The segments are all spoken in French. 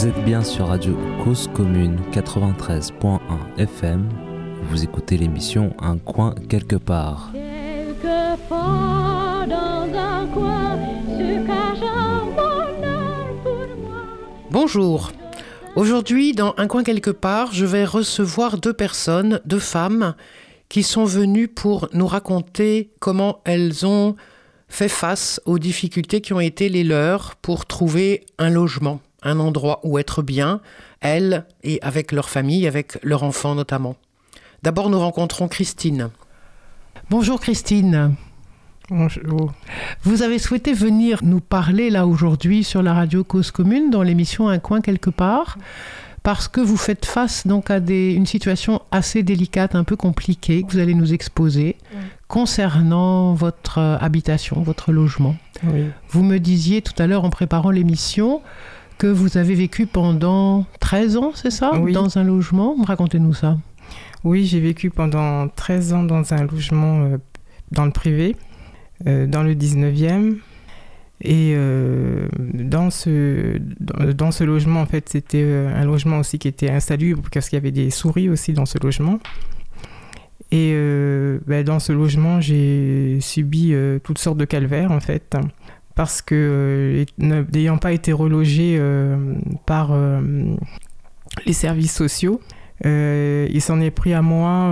Vous êtes bien sur Radio Cause Commune 93.1 FM. Vous écoutez l'émission Un coin quelque part. Quelquefois dans un coin se cache un bonheur pour moi. Bonjour. Aujourd'hui, dans Un coin quelque part, je vais recevoir deux femmes, qui sont venues pour nous raconter comment elles ont fait face aux difficultés qui ont été les leurs pour trouver un logement, un endroit où être bien, elles et avec leur famille, avec leurs enfants notamment. D'abord, nous rencontrons Christine. Bonjour Christine. Bonjour. Vous avez souhaité venir nous parler là aujourd'hui sur la radio Cause Commune dans l'émission Un coin quelque part parce que vous faites face donc à une situation assez délicate, un peu compliquée que vous allez nous exposer concernant votre habitation, votre logement. Oui. Vous me disiez tout à l'heure en préparant l'émission que vous avez vécu pendant 13 ans, c'est ça ? Oui. Dans un logement. Racontez-nous ça. Oui, j'ai vécu pendant 13 ans dans un logement dans le privé, dans le 19e. Et dans ce logement, en fait, c'était un logement aussi qui était insalubre parce qu'il y avait des souris aussi dans ce logement. Et dans ce logement, j'ai subi toutes sortes de calvaires, en fait, parce que n'ayant pas été relogée par les services sociaux, il s'en est pris à moi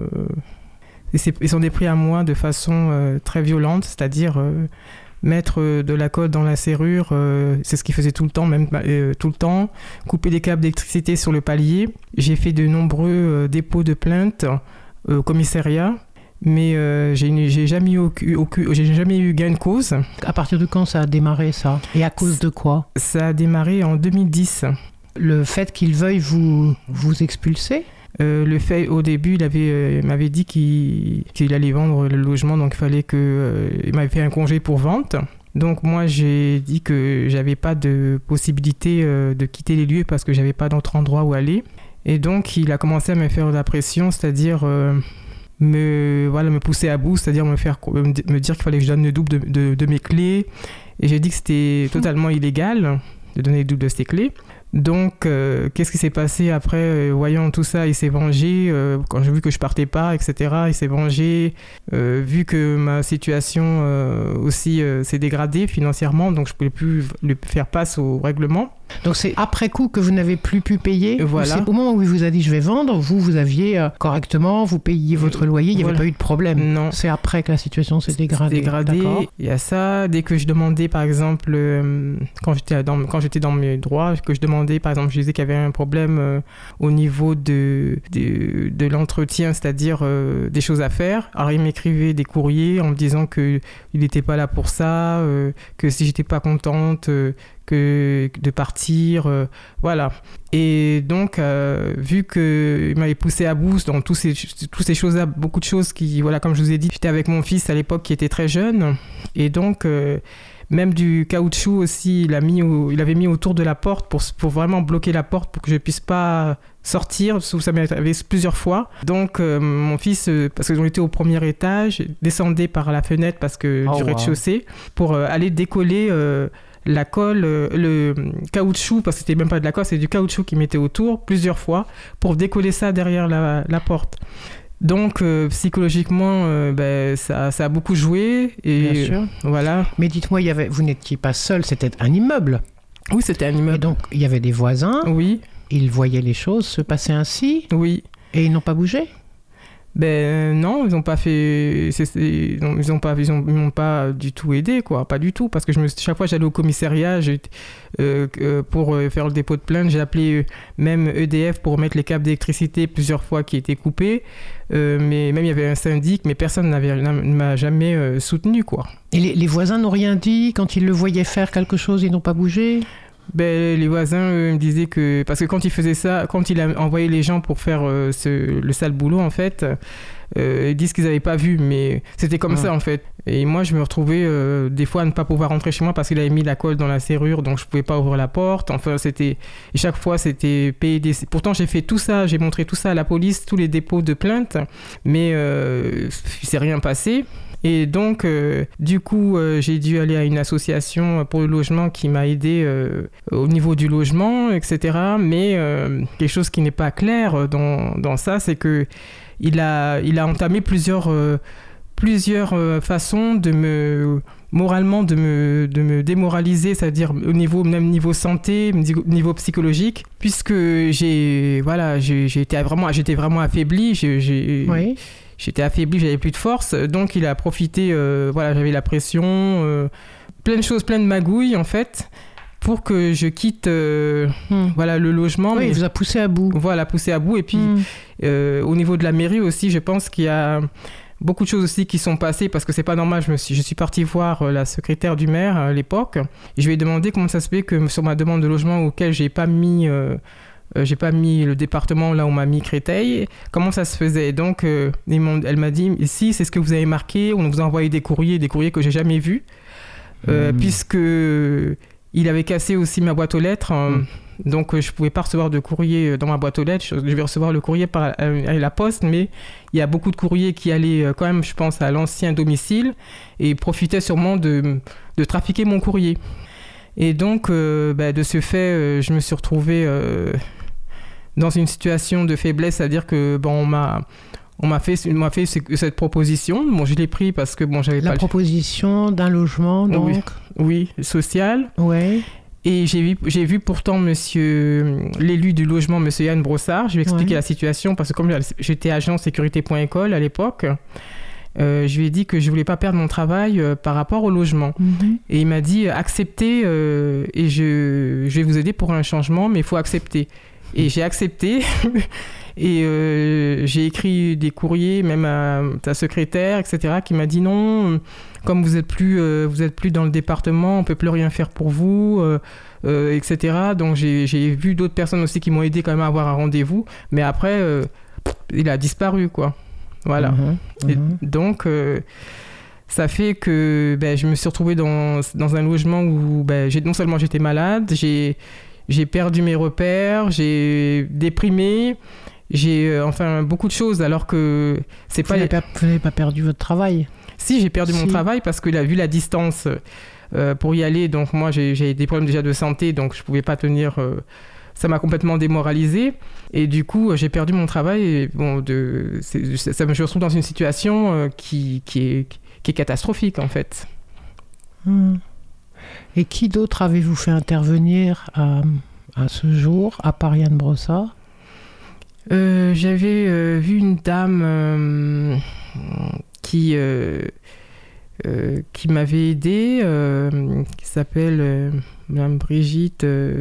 de façon très violente, c'est-à-dire mettre de la colle dans la serrure, c'est ce qu'il faisait tout le temps, couper des câbles d'électricité sur le palier. J'ai fait de nombreux dépôts de plaintes au commissariat, mais j'ai jamais eu gain de cause. À partir de quand ça a démarré ça ? Et à cause de quoi ? Ça a démarré en 2010. Le fait qu'il veuille vous expulser ? Le fait, au début, il m'avait dit qu'il allait vendre le logement, donc il fallait il m'avait fait un congé pour vente. Donc moi, j'ai dit que j'avais pas de possibilité de quitter les lieux parce que j'avais pas d'autre endroit où aller. Et donc, il a commencé à me faire de la pression, c'est-à-dire me pousser à bout, c'est-à-dire me dire qu'il fallait que je donne le double de mes clés. Et j'ai dit que c'était totalement illégal de donner le double de ses clés. Donc, qu'est-ce qui s'est passé après ? Voyant tout ça, il s'est vengé. Quand j'ai vu que je partais pas, etc., il s'est vengé. Vu que ma situation aussi s'est dégradée financièrement, donc je pouvais plus faire face au règlement. Donc c'est après coup que vous n'avez plus pu payer. Voilà. C'est au moment où il vous a dit je vais vendre, vous aviez correctement, vous payiez votre loyer, il n'y avait pas eu de problème. Non. C'est après que la situation s'est dégradée. D'accord. Il y a ça. Dès que je demandais, par exemple, quand j'étais dans mes droits, que je demandais, par exemple, je disais qu'il y avait un problème au niveau de l'entretien, c'est-à-dire des choses à faire. Alors il m'écrivait des courriers en me disant qu'il n'était pas là pour ça, que si j'étais pas contente, que de partir, voilà. Et donc, vu qu'il m'avait poussé à bout dans toutes ces choses-là, beaucoup de choses qui, voilà, comme je vous ai dit, j'étais avec mon fils à l'époque qui était très jeune, et donc même du caoutchouc aussi, il avait mis autour de la porte pour vraiment bloquer la porte pour que je puisse pas sortir, ça m'est arrivé plusieurs fois. Donc mon fils, parce qu'on était au premier étage, descendait par la fenêtre parce que du rez-de-chaussée pour aller décoller la colle, le caoutchouc, parce que c'était même pas de la colle, c'est du caoutchouc qu'il mettait autour plusieurs fois pour décoller ça derrière la porte. Donc psychologiquement, ça a beaucoup joué. Et bien sûr. Voilà. Mais dites-moi, vous n'étiez pas seul, c'était un immeuble. Oui, c'était un immeuble. Et donc il y avait des voisins. Oui. Ils voyaient les choses se passer ainsi. Oui. Et ils n'ont pas bougé ? Non, ils n'ont pas fait. Ils m'ont pas du tout aidé, quoi, pas du tout, parce que chaque fois j'allais au commissariat, pour faire le dépôt de plainte, j'ai appelé même EDF pour mettre les câbles d'électricité plusieurs fois qui étaient coupés, mais même il y avait un syndic, mais personne ne m'a jamais soutenu, quoi. Et les voisins n'ont rien dit quand ils le voyaient faire quelque chose, ils n'ont pas bougé ? Les voisins me disaient que... Parce que quand il faisait ça, quand il a envoyé les gens pour faire le sale boulot, en fait, ils disent qu'ils n'avaient pas vu, mais c'était comme ça, en fait. Et moi, je me retrouvais des fois à ne pas pouvoir rentrer chez moi parce qu'il avait mis la colle dans la serrure, donc je ne pouvais pas ouvrir la porte. Enfin, c'était... Et chaque fois, c'était payé des... Pourtant, j'ai fait tout ça, j'ai montré tout ça à la police, tous les dépôts de plainte, mais il ne s'est rien passé. Et donc, du coup, j'ai dû aller à une association pour le logement qui m'a aidé au niveau du logement, etc. Mais quelque chose qui n'est pas clair dans ça, c'est que il a entamé plusieurs façons de me démoraliser, c'est-à-dire même niveau santé, niveau psychologique, puisque j'étais vraiment affaiblie. Oui. J'étais affaiblie, j'avais plus de force, donc il a profité, j'avais la pression, plein de magouilles en fait, pour que je quitte le logement. Oui, mais il vous a poussé à bout. Voilà, poussé à bout. Et puis au niveau de la mairie aussi, je pense qu'il y a beaucoup de choses aussi qui sont passées, parce que c'est pas normal. Je suis partie voir la secrétaire du maire à l'époque, et je lui ai demandé comment ça se fait que sur ma demande de logement auquel j'ai pas mis le département là où on m'a mis Créteil, comment ça se faisait. Donc elle m'a dit, si c'est ce que vous avez marqué, on vous a envoyé des courriers que j'ai jamais vus, puisque il avait cassé aussi ma boîte aux lettres, donc je pouvais pas recevoir de courrier dans ma boîte aux lettres. Je vais recevoir le courrier par la poste, mais il y a beaucoup de courriers qui allaient quand même, je pense, à l'ancien domicile et profitaient sûrement de trafiquer mon courrier. Et donc de ce fait, je me suis retrouvée dans une situation de faiblesse, c'est-à-dire que on m'a fait cette proposition. Bon, je l'ai pris parce que j'avais pas... La proposition d'un logement, donc. Oui, social. Ouais. Et j'ai vu pourtant l'élu du logement, monsieur Yann Brossard. Je lui ai expliqué la situation, parce que comme j'étais agent sécurité.école à l'époque, je lui ai dit que je voulais pas perdre mon travail par rapport au logement. Et il m'a dit acceptez, et je vais vous aider pour un changement, mais il faut accepter. Et j'ai accepté. Et j'ai écrit des courriers, même à ta secrétaire, etc., qui m'a dit non, comme vous êtes plus dans le département, on peut plus rien faire pour vous, etc. Donc j'ai vu d'autres personnes aussi qui m'ont aidé quand même à avoir un rendez-vous, mais après il a disparu, quoi. Voilà. Et donc ça fait que je me suis retrouvée dans un logement où non seulement j'étais malade, j'ai perdu mes repères, j'ai déprimé. J'ai beaucoup de choses, alors que c'est pas... Vous n'avez pas perdu votre travail? Si, j'ai perdu mon travail, parce que vu la distance pour y aller, donc moi j'ai des problèmes déjà de santé, donc je pouvais pas tenir... ça m'a complètement démoralisée, et du coup j'ai perdu mon travail, et je me retrouve dans une situation qui est catastrophique en fait. Et qui d'autre avez-vous fait intervenir à ce jour, à part Yann Brossard? J'avais vu une dame qui m'avait aidée, qui s'appelle Madame Brigitte,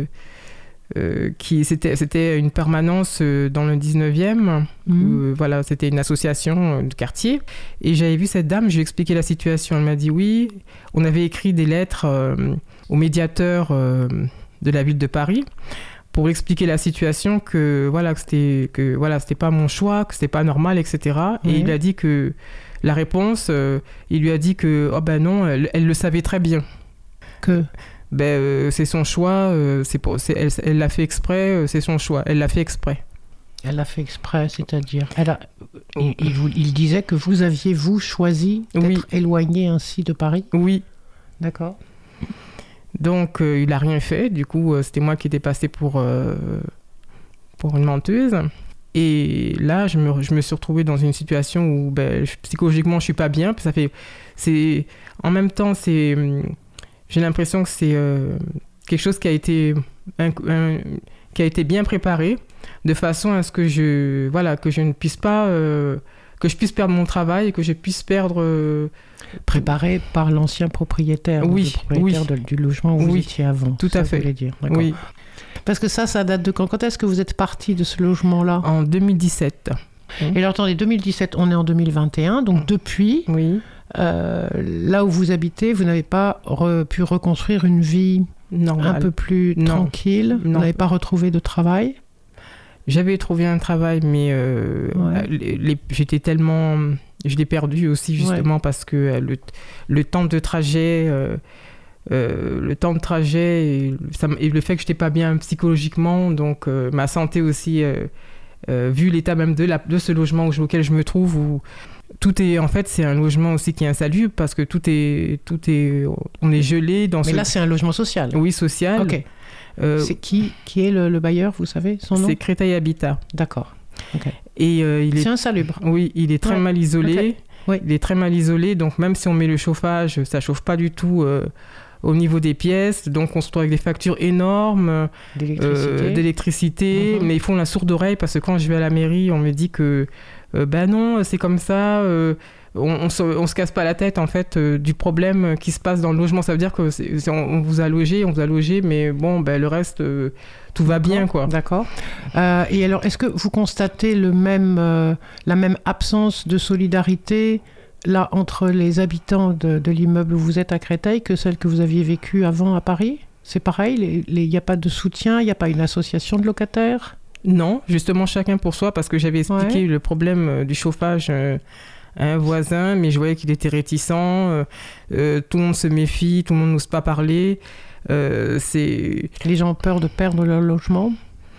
c'était une permanence dans le 19e. Voilà, c'était une association de quartier. Et j'avais vu cette dame, je lui ai expliqué la situation. Elle m'a dit oui, on avait écrit des lettres au médiateur de la ville de Paris, pour expliquer la situation, que c'était pas mon choix, que c'était pas normal, etc. Et il a dit que la réponse, il lui a dit que non, elle le savait très bien. Que c'est son choix, elle l'a fait exprès, c'est son choix, elle l'a fait exprès. Elle l'a fait exprès, c'est-à-dire il disait que vous aviez, vous, choisi d'être éloigné ainsi de Paris? Oui. D'accord. Donc, il n'a rien fait. Du coup, c'était moi qui étais passée pour une menteuse. Et là, je me suis retrouvée dans une situation où psychologiquement, je ne suis pas bien. En même temps, j'ai l'impression que c'est quelque chose qui a été bien préparé, de façon à ce que je ne puisse pas... que je puisse perdre mon travail et que je puisse perdre... Préparé par l'ancien propriétaire, du logement où vous étiez avant. Tout à fait. Dire. Oui. Parce que ça date de quand? Quand est-ce que vous êtes parti de ce logement-là? En 2017. Et alors, attendez, 2017, on est en 2021, donc depuis, là où vous habitez, vous n'avez pas pu reconstruire une vie un peu plus tranquille? Vous n'avez pas retrouvé de travail? J'avais trouvé un travail, mais j'étais tellement... Je l'ai perdu aussi, justement, parce que le temps de trajet... et le fait que je n'étais pas bien psychologiquement, donc ma santé aussi, vu l'état même de ce logement auquel je me trouve, où Tout est, en fait, c'est un logement aussi qui est insalubre parce que on est gelé dans Mais là, c'est un logement social. Oui, social. Ok. C'est qui est le bailleur, vous savez son nom? C'est Créteil Habitat. D'accord. Ok. Et c'est insalubre. Oui, il est très mal isolé. Okay. Oui. Il est très mal isolé, donc même si on met le chauffage, ça chauffe pas du tout au niveau des pièces. Donc on se retrouve avec des factures énormes d'électricité, mais ils font la sourde oreille parce que quand je vais à la mairie, on me dit que non, c'est comme ça. On se casse pas la tête en fait du problème qui se passe dans le logement. Ça veut dire que on vous a logé, mais bon, le reste, tout va bien, quoi. D'accord. Et alors, est-ce que vous constatez la même absence de solidarité là entre les habitants de l'immeuble où vous êtes à Créteil que celle que vous aviez vécue avant à Paris? C'est pareil, il n'y a pas de soutien, il n'y a pas une association de locataires? Non, justement chacun pour soi, parce que j'avais expliqué le problème du chauffage à un voisin, mais je voyais qu'il était réticent, tout le monde se méfie, tout le monde n'ose pas parler. Les gens ont peur de perdre leur logement?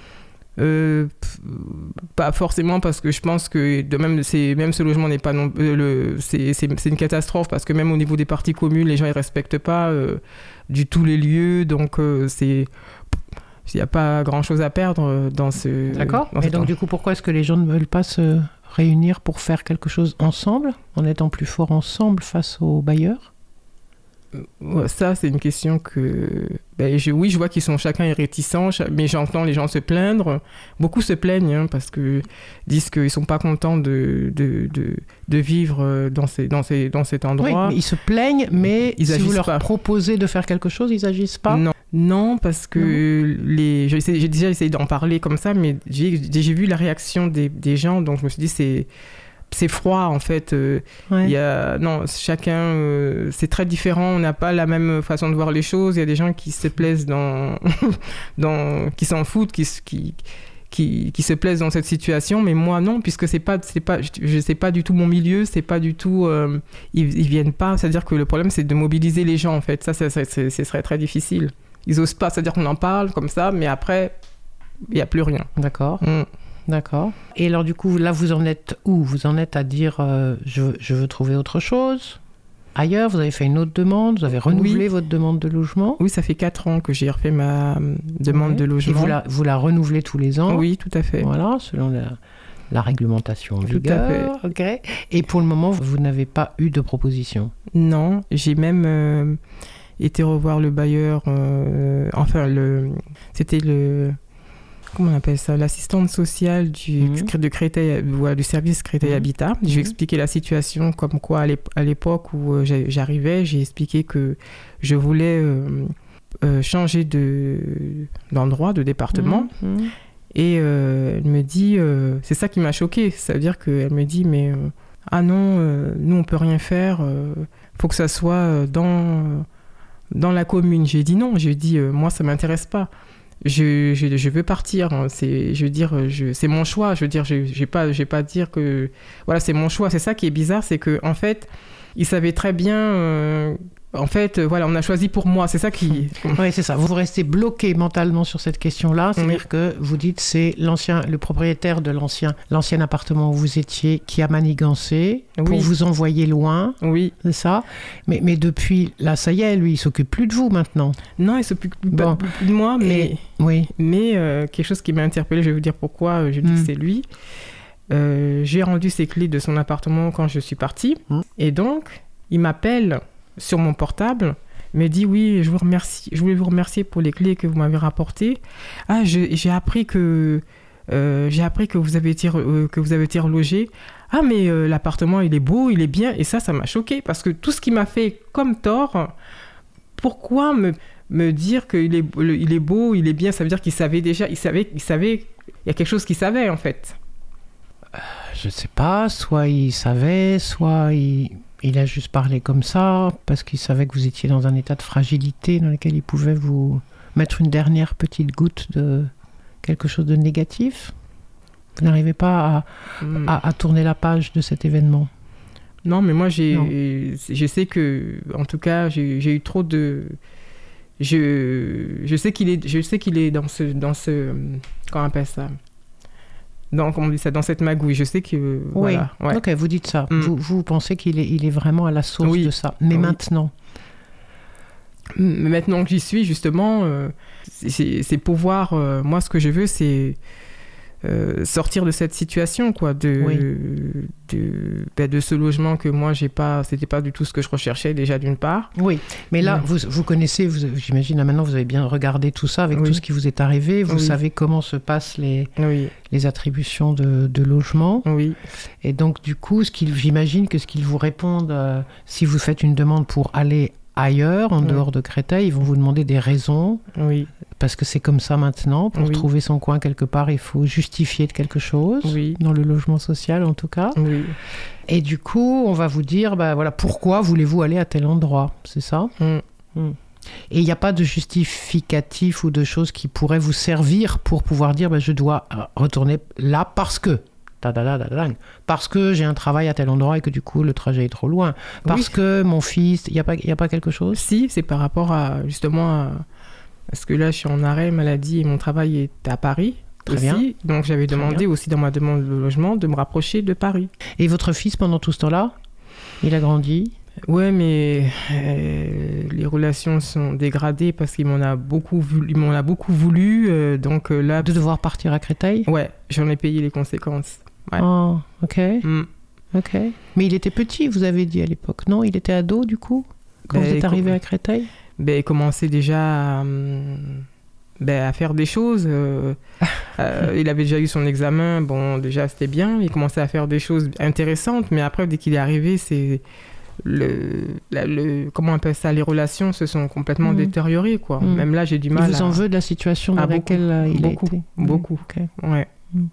Pas forcément, parce que je pense que même ce logement n'est pas c'est une catastrophe, parce que même au niveau des parties communes, les gens ne respectent pas du tout les lieux, donc il n'y a pas grand chose à perdre dans ce... D'accord. Et donc du coup, pourquoi est-ce que les gens ne veulent pas se réunir pour faire quelque chose ensemble, en étant plus forts ensemble face aux bailleurs? Ça, c'est une question que... je vois qu'ils sont chacun réticents, mais j'entends les gens se plaindre. Beaucoup se plaignent parce qu'ils disent qu'ils ne sont pas contents de vivre dans cet endroit. Oui, mais ils se plaignent, mais si vous leur proposez de faire quelque chose, ils n'agissent pas? Non, parce que j'ai déjà essayé d'en parler comme ça, mais j'ai vu la réaction des gens, donc je me suis dit c'est froid en fait. Chacun, c'est très différent. On n'a pas la même façon de voir les choses. Il y a des gens qui se plaisent qui s'en foutent, qui se plaisent dans cette situation. Mais moi non, puisque je sais pas du tout mon milieu. C'est pas du tout. Ils viennent pas. C'est-à-dire que le problème c'est de mobiliser les gens en fait. Ça ce serait très difficile. Ils osent pas. C'est-à-dire qu'on en parle comme ça, mais après il y a plus rien. D'accord. D'accord. Et alors du coup, là, vous en êtes où? Vous en êtes à dire je veux trouver autre chose ailleurs? Vous avez fait une autre demande? Vous avez renouvelé votre demande de logement? Oui, ça fait 4 ans que j'ai refait ma demande de logement. Et vous la renouvelez tous les ans? Oui, tout à fait. Voilà, selon la réglementation en vigueur. Ok. Et pour le moment, vous n'avez pas eu de proposition? Non, j'ai même été revoir le bailleur. C'était le... Comment on appelle ça? L'assistante sociale de Créteil, du service Créteil Habitat. Je lui ai expliqué la situation, comme quoi à l'époque où j'arrivais, j'ai expliqué que je voulais changer d'endroit, de département. Et elle me dit, c'est ça qui m'a choquée, ça veut dire qu'elle me dit, mais nous on peut rien faire, faut que ça soit dans la commune. J'ai dit non, j'ai dit moi ça m'intéresse pas. Je veux partir, c'est mon choix, je veux dire, je vais pas dire que, voilà, c'est mon choix. C'est ça qui est bizarre, c'est que en fait, ils savaient très bien, on a choisi pour moi, c'est ça qui... Oui, c'est ça, vous restez bloqué mentalement sur cette question-là, c'est-à-dire que vous dites c'est le propriétaire de l'ancien appartement où vous étiez qui a manigancé pour vous envoyer loin, c'est ça, mais depuis, là, ça y est, lui, il s'occupe plus de vous maintenant. Non, il s'occupe plus de moi, mais quelque chose qui m'a interpellée, je vais vous dire pourquoi je dis que c'est lui. J'ai rendu ses clés de son appartement quand je suis partie, et donc, il m'appelle sur mon portable, me dit oui, je voulais vous remercier pour les clés que vous m'avez rapportées. J'ai appris que vous avez été relogé. Mais l'appartement il est beau, il est bien, et ça m'a choquée parce que tout ce qui m'a fait comme tort, pourquoi me dire qu'il est beau, il est bien, ça veut dire qu'il savait déjà, il savait, il y a quelque chose qu'il savait en fait. Je sais pas, soit il savait, soit il a juste parlé comme ça, parce qu'il savait que vous étiez dans un état de fragilité dans lequel il pouvait vous mettre une dernière petite goutte de quelque chose de négatif. Vous n'arrivez pas à tourner la page de cet événement? Non, mais moi, je sais que, en tout cas, j'ai eu trop de... Je sais qu'il est dans ce... Comment on appelle ça? comment on dit ça, dans cette magouille. Je sais que... Oui, voilà, ouais. Ok, vous dites ça. Vous pensez qu'il est vraiment à la source de ça. Mais maintenant... Maintenant que j'y suis, justement, c'est pouvoir... moi, ce que je veux, c'est sortir de cette situation, quoi, de ce logement que moi, j'ai pas... C'était pas du tout ce que je recherchais, déjà, d'une part. Oui, mais là, vous connaissez, j'imagine, là, maintenant, vous avez bien regardé tout ça avec tout ce qui vous est arrivé. Vous savez comment se passent les attributions de logement. Oui. Et donc, du coup, j'imagine que ce qu'ils vous répondent, si vous faites une demande pour aller ailleurs, en dehors de Créteil, ils vont vous demander des raisons. Oui. Parce que c'est comme ça maintenant. Pour trouver son coin quelque part, il faut justifier de quelque chose. Oui. Dans le logement social, en tout cas. Oui. Et du coup, on va vous dire, voilà, pourquoi voulez-vous aller à tel endroit ? C'est ça ? Et il n'y a pas de justificatif ou de choses qui pourraient vous servir pour pouvoir dire, je dois retourner là parce que... Parce que j'ai un travail à tel endroit et que du coup le trajet est trop loin. Parce que mon fils, il y a pas quelque chose ? Si, c'est par rapport à justement parce que là je suis en arrêt maladie et mon travail est à Paris. Très aussi. Bien. Donc j'avais demandé aussi dans ma demande de logement de me rapprocher de Paris. Et votre fils pendant tout ce temps-là, il a grandi ? Ouais, mais les relations sont dégradées parce qu'il m'en a beaucoup voulu. Donc là, de devoir partir à Créteil ? Ouais, j'en ai payé les conséquences. Ouais. Oh, ok. Ok. Mais il était petit, vous avez dit à l'époque, non ? Il était ado, du coup, quand vous êtes arrivé à Créteil ? Il commençait déjà à faire des choses. Il avait déjà eu son examen. Bon, déjà, c'était bien. Il commençait à faire des choses intéressantes. Mais après, dès qu'il est arrivé, c'est... comment on appelle ça, les relations se sont complètement détériorées, quoi. Même là, j'ai du mal. Il vous en veut de la situation dans laquelle il a été ? Beaucoup. Okay. Ouais.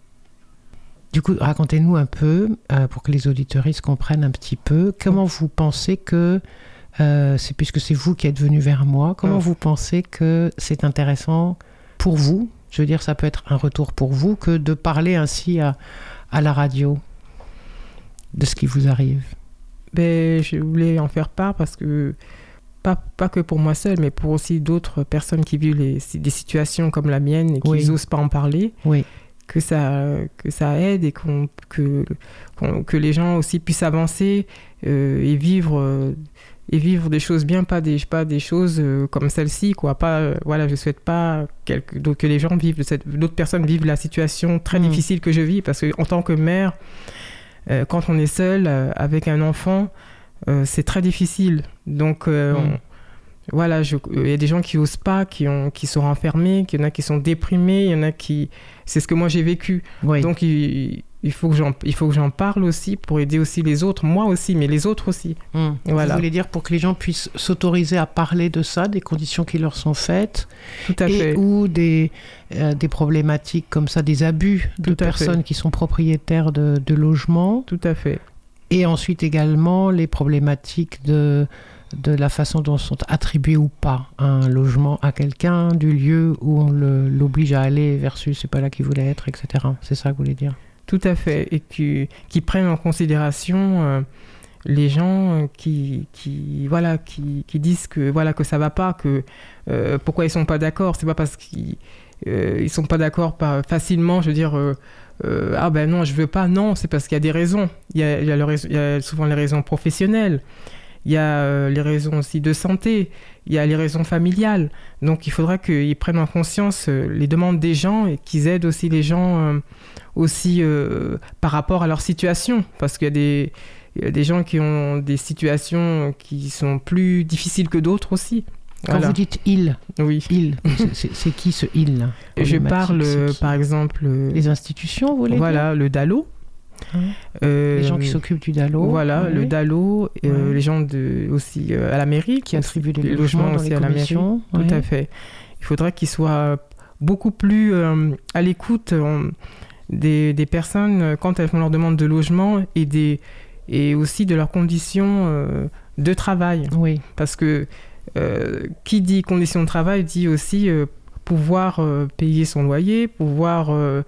Du coup, racontez-nous un peu, pour que les auditeuristes comprennent un petit peu, comment vous pensez que, puisque c'est vous qui êtes venu vers moi, comment vous pensez que c'est intéressant pour vous, je veux dire, ça peut être un retour pour vous, que de parler ainsi à la radio de ce qui vous arrive ? Je voulais en faire part parce que, pas que pour moi seule, mais pour aussi d'autres personnes qui vivent des situations comme la mienne et qui n'osent pas en parler. Oui. Que ça aide et que les gens aussi puissent avancer et vivre des choses bien, pas des choses comme celle-ci, quoi. Je souhaite pas que les gens d'autres personnes vivent la situation très difficile que je vis, parce que en tant que mère, quand on est seul avec un enfant, c'est très difficile. Donc il y a des gens qui osent pas, qui sont renfermés, il y en a qui sont déprimés, il y en a qui... C'est ce que moi j'ai vécu. Oui. Donc il faut que j'en parle aussi pour aider aussi les autres, moi aussi, mais les autres aussi. Voilà. Vous voulez dire pour que les gens puissent s'autoriser à parler de ça, des conditions qui leur sont faites, tout à fait. Ou des problématiques comme ça, des abus de personnes qui sont propriétaires de logements. Tout à fait. Et ensuite également les problématiques de la façon dont sont attribués ou pas un logement à quelqu'un, du lieu où on l'oblige à aller versus c'est pas là qu'il voulait être, etc. C'est ça que vous voulez dire ? Tout à fait. Et qui prennent en considération les gens qui disent que ça va pas, que pourquoi ils sont pas d'accord. C'est pas parce qu'ils sont pas d'accord facilement, je veux dire... non, je veux pas. Non, c'est parce qu'il y a des raisons. Il y a souvent les raisons professionnelles. Il y a les raisons aussi de santé, il y a les raisons familiales. Donc il faudra qu'ils prennent en conscience les demandes des gens et qu'ils aident aussi les gens par rapport à leur situation. Parce qu'il y a des gens qui ont des situations qui sont plus difficiles que d'autres aussi. Quand vous dites « il », oui. Il, c'est qui ce « il » là ? Je parle par exemple... les institutions, vous voulez dire ? Voilà, le DALO. Les gens qui s'occupent du DALO. Voilà, le DALO, les gens aussi à la mairie qui attribuent les logements aussi à la mairie. Tout à fait. Il faudrait qu'ils soient beaucoup plus à l'écoute des personnes quand elles font leur demande de logement et aussi de leurs conditions de travail. Oui. Parce que qui dit conditions de travail dit aussi pouvoir payer son loyer, pouvoir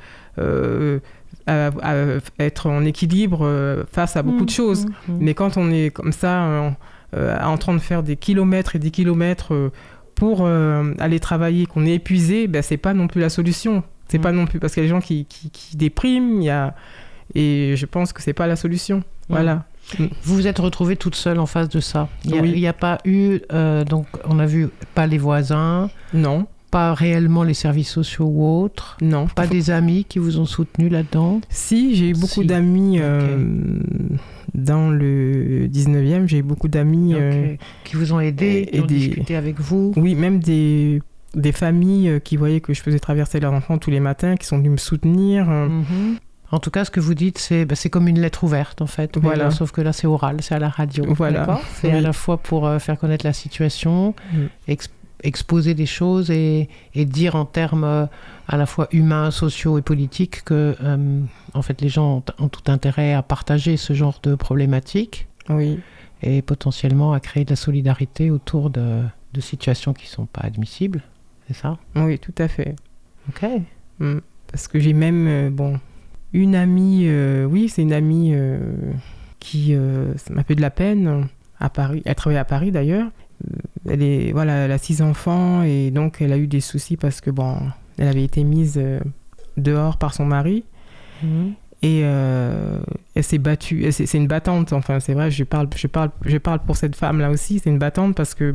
être en équilibre face à beaucoup de choses. Mais quand on est comme ça en train de faire des kilomètres et des kilomètres pour aller travailler, qu'on est épuisé, c'est pas non plus la solution. C'est pas non plus parce qu'il y a des gens qui dépriment, et je pense que c'est pas la solution. Voilà. Vous vous êtes retrouvée toute seule en face de ça. Il n'y a pas eu, donc on a vu, pas les voisins. Non. Pas réellement les services sociaux ou autres. Non. Pas des amis qui vous ont soutenu là-dedans. Si, j'ai eu beaucoup d'amis dans le 19e. J'ai eu beaucoup d'amis qui vous ont aidé, qui ont discuté avec vous. Oui, même des familles qui voyaient que je faisais traverser leurs enfants tous les matins, qui sont venus me soutenir. En tout cas, ce que vous dites, c'est comme une lettre ouverte, en fait. Voilà. Sauf que là, c'est oral, c'est à la radio. Voilà. D'accord ? C'est à la fois pour faire connaître la situation, exposer des choses et dire en termes à la fois humains, sociaux et politiques que, en fait, les gens ont tout intérêt à partager ce genre de problématiques. Oui. Et potentiellement à créer de la solidarité autour de situations qui ne sont pas admissibles. C'est ça ? Oui, tout à fait. Ok. Parce que j'ai même, une amie, c'est une amie qui ça m'a fait de la peine à Paris. Elle travaille à Paris d'ailleurs. Elle a 6 enfants et donc elle a eu des soucis parce que elle avait été mise dehors par son mari et elle s'est battue. C'est une battante, enfin c'est vrai. Je parle pour cette femme là aussi. C'est une battante parce que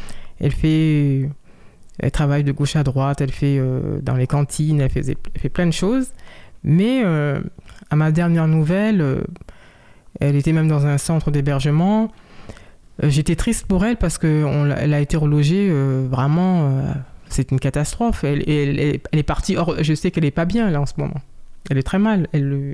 elle travaille de gauche à droite, elle fait dans les cantines, elle fait plein de choses. Mais à ma dernière nouvelle, elle était même dans un centre d'hébergement. J'étais triste pour elle parce qu'elle a été relogée vraiment. C'est une catastrophe. Elle est partie. Or, je sais qu'elle n'est pas bien là en ce moment. Elle est très mal.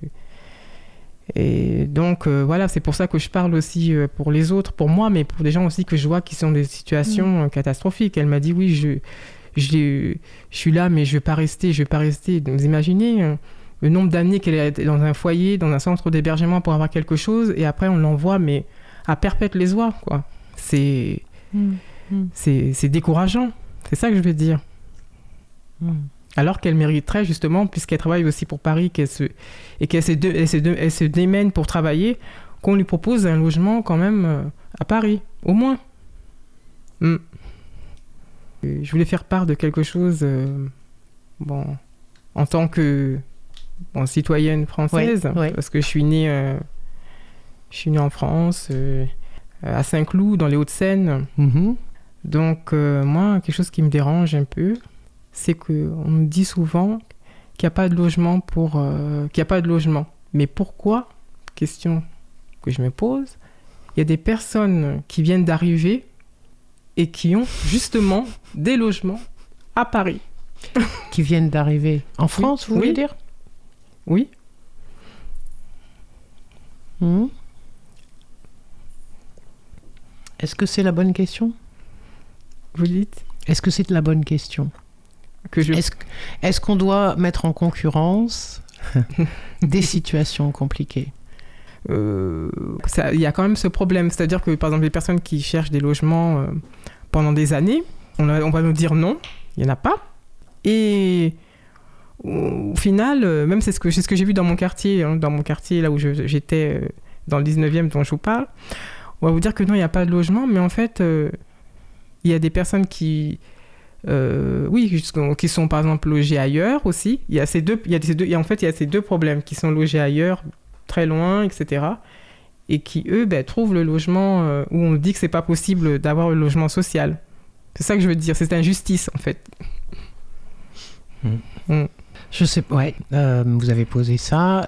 Et donc c'est pour ça que je parle aussi pour les autres, pour moi, mais pour des gens aussi que je vois qui sont dans des situations catastrophiques. Elle m'a dit oui, je suis là, mais je ne vais pas rester. Donc, vous imaginez le nombre d'années qu'elle est dans un foyer, dans un centre d'hébergement pour avoir quelque chose, et après on l'envoie, mais à perpète-les-oies, quoi. C'est décourageant. C'est ça que je veux dire. Alors qu'elle mériterait justement, puisqu'elle travaille aussi pour Paris, qu'elle se démène pour travailler, qu'on lui propose un logement quand même à Paris, au moins. Je voulais faire part de quelque chose, en tant que citoyenne française, parce que je suis née en France, à Saint-Cloud, dans les Hauts-de-Seine. Donc, moi, quelque chose qui me dérange un peu, c'est qu'on me dit souvent qu'il n'y a pas de logement qu'il n'y a pas de logement. Mais pourquoi ? Question que je me pose. Il y a des personnes qui viennent d'arriver et qui ont justement des logements à Paris. Qui viennent d'arriver en France, vous voulez dire ? Oui. Est-ce que c'est la bonne question ? Vous dites ? Est-ce que c'est la bonne question ? Est-ce qu'on doit mettre en concurrence des situations compliquées ? Il y a quand même ce problème. C'est-à-dire que, par exemple, les personnes qui cherchent des logements pendant des années, on va nous dire non, il n'y en a pas. Et au final, même c'est ce que j'ai vu dans mon quartier là où j'étais, dans le 19e dont je vous parle, on va vous dire que non, il n'y a pas de logement, mais en fait, il y a des personnes qui sont par exemple logées ailleurs aussi. Il y a ces deux problèmes, qui sont logés ailleurs, très loin, etc. Et qui, eux, trouvent le logement où on dit que c'est pas possible d'avoir le logement social. C'est ça que je veux dire, c'est injustice en fait. Je sais pas, vous avez posé ça.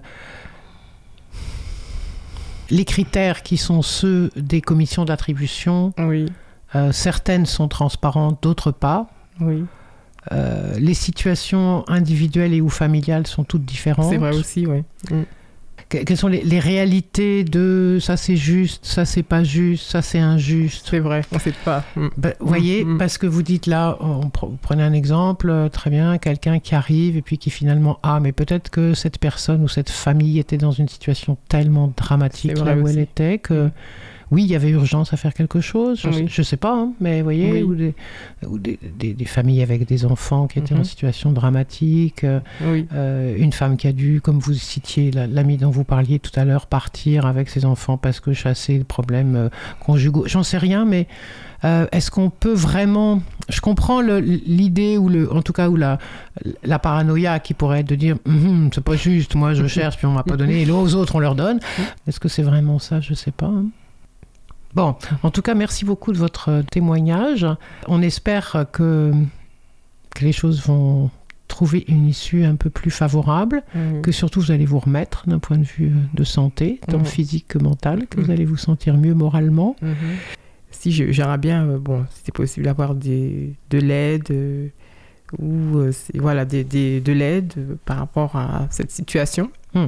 Les critères qui sont ceux des commissions d'attribution, certaines sont transparentes, d'autres pas. Les situations individuelles et ou familiales sont toutes différentes. C'est vrai aussi, oui. Quelles sont les réalités de ça c'est juste, ça c'est pas juste, ça c'est injuste? C'est vrai, on ne sait pas. Vous voyez, parce que vous dites là, vous prenez un exemple, très bien, quelqu'un qui arrive et puis qui finalement, mais peut-être que cette personne ou cette famille était dans une situation tellement dramatique là où elle était que, oui, il y avait urgence à faire quelque chose, je Oui. sais pas, hein, mais vous voyez, Oui. ou des familles avec des enfants qui étaient en situation dramatique, Oui. une femme qui a dû, comme vous citiez l'ami dont vous parliez tout à l'heure, partir avec ses enfants parce que chasser des problèmes conjugaux, j'en sais rien, mais est-ce qu'on peut vraiment... Je comprends l'idée, en tout cas, ou la paranoïa qui pourrait être de dire c'est pas juste, moi je cherche puis on m'a pas donné, et aux autres on leur donne. Est-ce que c'est vraiment ça? Je sais pas. Hein. Bon, en tout cas, merci beaucoup de votre témoignage. On espère que les choses vont trouver une issue un peu plus favorable, que surtout vous allez vous remettre d'un point de vue de santé, tant physique que mental, que vous allez vous sentir mieux moralement. Si j'aimerais bien, si c'est possible d'avoir de l'aide ou voilà, de l'aide par rapport à cette situation.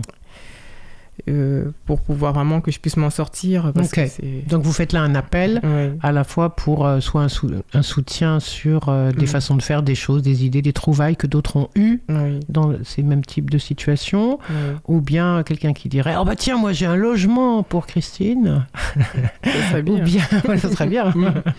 Pour pouvoir vraiment que je puisse m'en sortir. Parce que donc vous faites là un appel à la fois pour soit un soutien sur des façons de faire, des choses, des idées, des trouvailles que d'autres ont eues dans ces mêmes types de situations, ou bien quelqu'un qui dirait « Oh bah tiens, moi j'ai un logement pour Christine !» Ça serait bien. Ou bien, ça serait bien.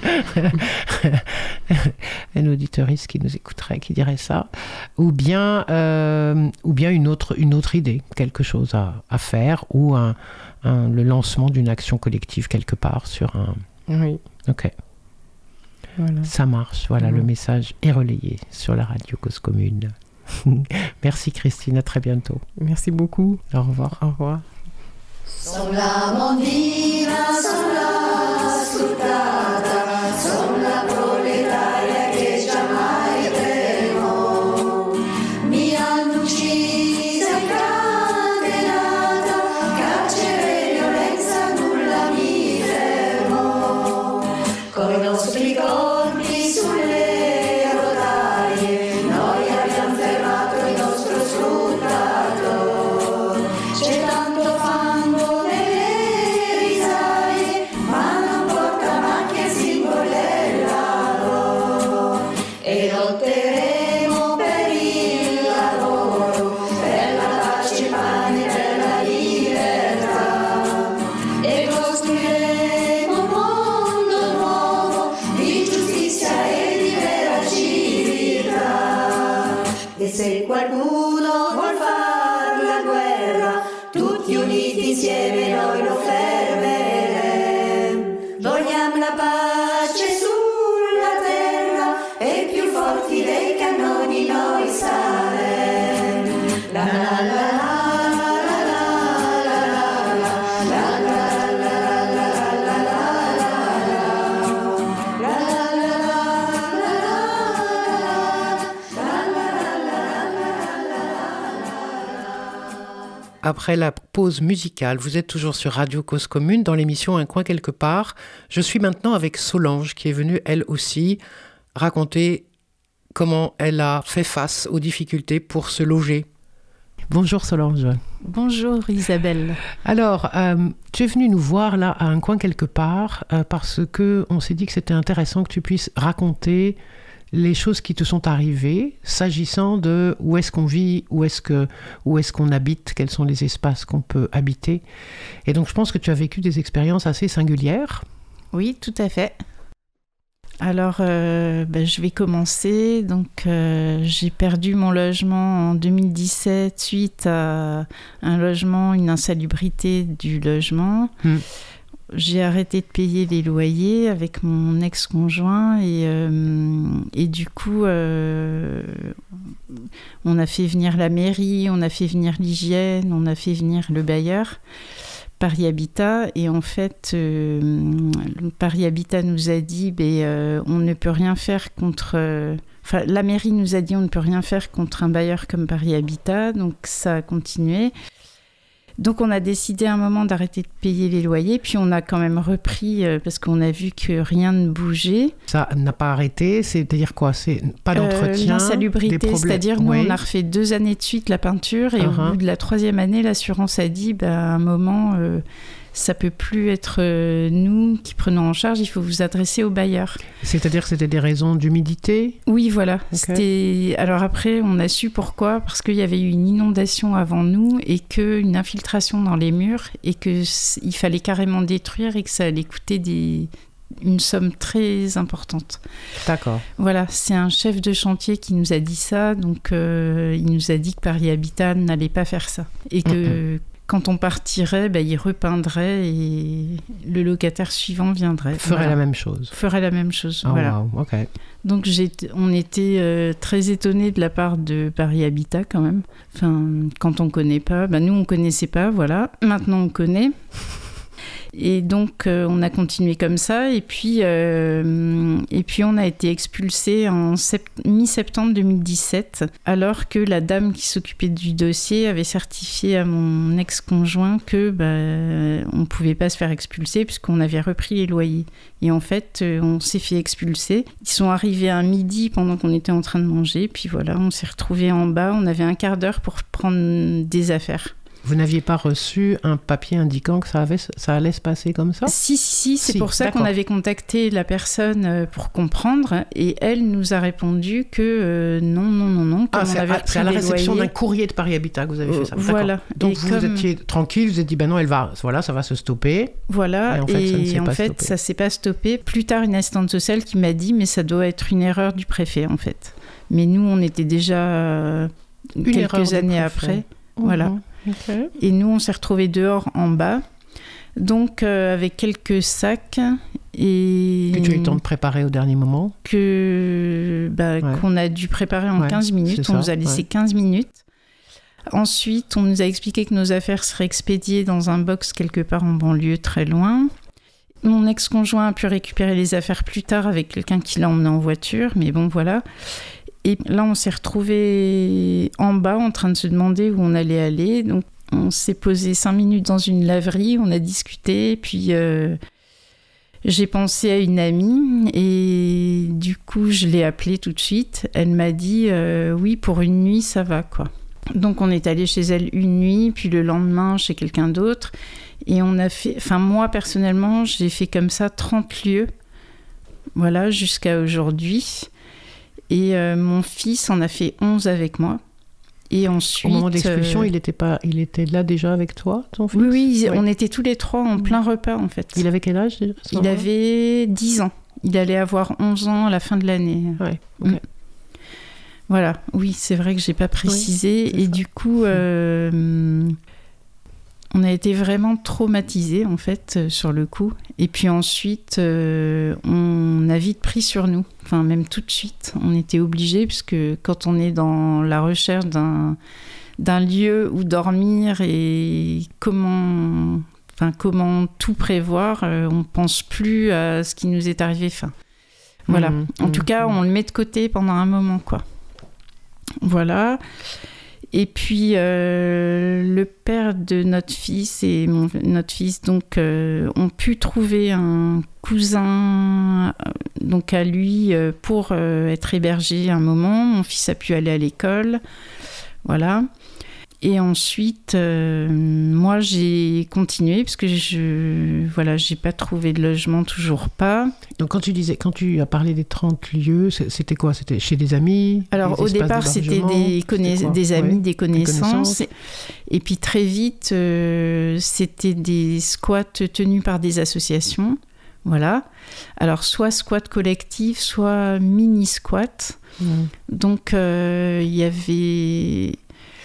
Un auditoriste qui nous écouterait, qui dirait ça. Ou bien une autre idée, quelque chose à faire, ou le lancement d'une action collective quelque part sur un... Oui. Ok. Voilà. Ça marche. Voilà, le message est relayé sur la radio Cause Commune. Merci Christine, à très bientôt. Merci beaucoup. Au revoir. Au revoir. Son la mondina, son la scutata, son la proletaria che giammai temo. Mi hanno uccisa e catenata, carcere e violenza nulla mi fermo. Con i nostri corpi sulle rotaie, noi abbiamo fermato il nostro sfruttatore. C'è tanto fango nelle risaie, ma non porta macchie simbolellato. E lotteremo per il lavoro, per la pace, pane, per la libertà. E costruiremo un mondo nuovo di giustizia e di vera civiltà. E se qualcuno vuol far la guerra, tutti uniti insieme noi lo fermeremo. Vogliamo la pace sulla terra e più forti dei cannoni noi saremo. La la la la. Après la pause musicale, vous êtes toujours sur Radio Cause Commune dans l'émission Un coin quelque part. Je suis maintenant avec Solange qui est venue elle aussi raconter comment elle a fait face aux difficultés pour se loger. Bonjour Solange. Bonjour Isabelle. Alors, tu es venue nous voir là à Un coin quelque part parce qu'on s'est dit que c'était intéressant que tu puisses raconter les choses qui te sont arrivées s'agissant de où est-ce qu'on vit, où est-ce qu'on habite, quels sont les espaces qu'on peut habiter. Et donc je pense que tu as vécu des expériences assez singulières. Oui, tout à fait. Alors, je vais commencer. Donc, j'ai perdu mon logement en 2017 suite à un logement, une insalubrité du logement. J'ai arrêté de payer les loyers avec mon ex-conjoint et du coup, on a fait venir la mairie, on a fait venir l'hygiène, on a fait venir le bailleur, Paris Habitat. Et en fait, Paris Habitat nous a dit on ne peut rien faire contre... la mairie nous a dit on ne peut rien faire contre un bailleur comme Paris Habitat, donc ça a continué. Donc on a décidé à un moment d'arrêter de payer les loyers, puis on a quand même repris parce qu'on a vu que rien ne bougeait. Ça n'a pas arrêté, c'est-à-dire quoi? C'est pas d'entretien, l'insalubrité, des problèmes. C'est-à-dire nous on a refait 2 années de suite la peinture et au bout de la 3e année l'assurance a dit à un moment ça peut plus être nous qui prenons en charge, il faut vous adresser au bailleur. C'est-à-dire que c'était des raisons d'humidité ? Oui, voilà. Okay. Alors après, on a su pourquoi, parce qu'il y avait eu une inondation avant nous et une infiltration dans les murs et qu'il fallait carrément détruire et que ça allait coûter une somme très importante. D'accord. Voilà, c'est un chef de chantier qui nous a dit ça, donc il nous a dit que Paris Habitat n'allait pas faire ça et que quand on partirait, il repeindrait et le locataire suivant viendrait. Ferait la même chose. Ferait la même chose, oh, voilà. Wow. Ok. Donc on était très étonnés de la part de Paris Habitat quand même. Enfin, quand on connaît pas, nous on connaissait pas, voilà. Maintenant on connaît. Et donc, on a continué comme ça. Et puis on a été expulsés en mi-septembre 2017, alors que la dame qui s'occupait du dossier avait certifié à mon ex-conjoint que on ne pouvait pas se faire expulser puisqu'on avait repris les loyers. Et en fait, on s'est fait expulser. Ils sont arrivés à midi pendant qu'on était en train de manger. Puis voilà, on s'est retrouvés en bas. On avait un quart d'heure pour prendre des affaires. Vous n'aviez pas reçu un papier indiquant que ça allait se passer comme ça ? Si, c'est pour ça qu'on avait contacté la personne pour comprendre et elle nous a répondu que non. C'est à la réception d'un courrier de Paris Habitat que vous avez fait ça. Voilà. Donc vous étiez tranquille, vous avez dit ça va se stopper. Voilà, et en fait, ça s'est pas stoppé. Plus tard, une assistante sociale qui m'a dit mais ça doit être une erreur du préfet en fait. Mais nous, on était déjà quelques années après. Voilà. Okay. Et nous, on s'est retrouvés dehors en bas, donc avec quelques sacs. Et que tu as eu le temps de préparer au dernier moment ? Qu'on a dû préparer en 15 minutes. On nous a laissé 15 minutes. Ensuite, on nous a expliqué que nos affaires seraient expédiées dans un box quelque part en banlieue, très loin. Mon ex-conjoint a pu récupérer les affaires plus tard avec quelqu'un qui l'a emmené en voiture, mais bon, voilà. Et là, on s'est retrouvés en bas en train de se demander où on allait aller. Donc, on s'est posé 5 minutes dans une laverie, on a discuté, puis j'ai pensé à une amie et du coup, je l'ai appelée tout de suite. Elle m'a dit oui, pour une nuit, ça va, quoi. Donc, on est allé chez elle une nuit, puis le lendemain, chez quelqu'un d'autre. Et on a fait... Enfin, moi, personnellement, j'ai fait comme ça 30 lieux, voilà, jusqu'à aujourd'hui. Et mon fils en a fait 11 avec moi. Et ensuite... Au moment de l'expulsion, il était là déjà avec toi, ton fils ? Oui, on était tous les trois en plein repas, en fait. Il avait quel âge déjà ? Il avait 10 ans. Il allait avoir 11 ans à la fin de l'année. Ouais, ok. Voilà, oui, c'est vrai que je n'ai pas précisé. Oui, et du coup, on a été vraiment traumatisés, en fait, sur le coup. Et puis ensuite, on a vite pris sur nous. Enfin, même tout de suite, on était obligés, puisque quand on est dans la recherche d'un lieu où dormir et comment tout prévoir, on ne pense plus à ce qui nous est arrivé. Enfin, voilà. En tout cas, on le met de côté pendant un moment, quoi. Voilà. Et puis, le père de notre fils et notre fils donc, ont pu trouver un cousin donc à lui pour être hébergé un moment. Mon fils a pu aller à l'école. Voilà. Et ensuite, moi, j'ai continué parce que j'ai pas trouvé de logement, toujours pas. Donc, quand tu as parlé des 30 lieux, c'était quoi ? C'était chez des amis ? Alors, au départ, c'était des amis, des connaissances. Et puis, très vite, c'était des squats tenus par des associations. Voilà. Alors, soit squat collectif, soit mini-squat. Donc, il y avait...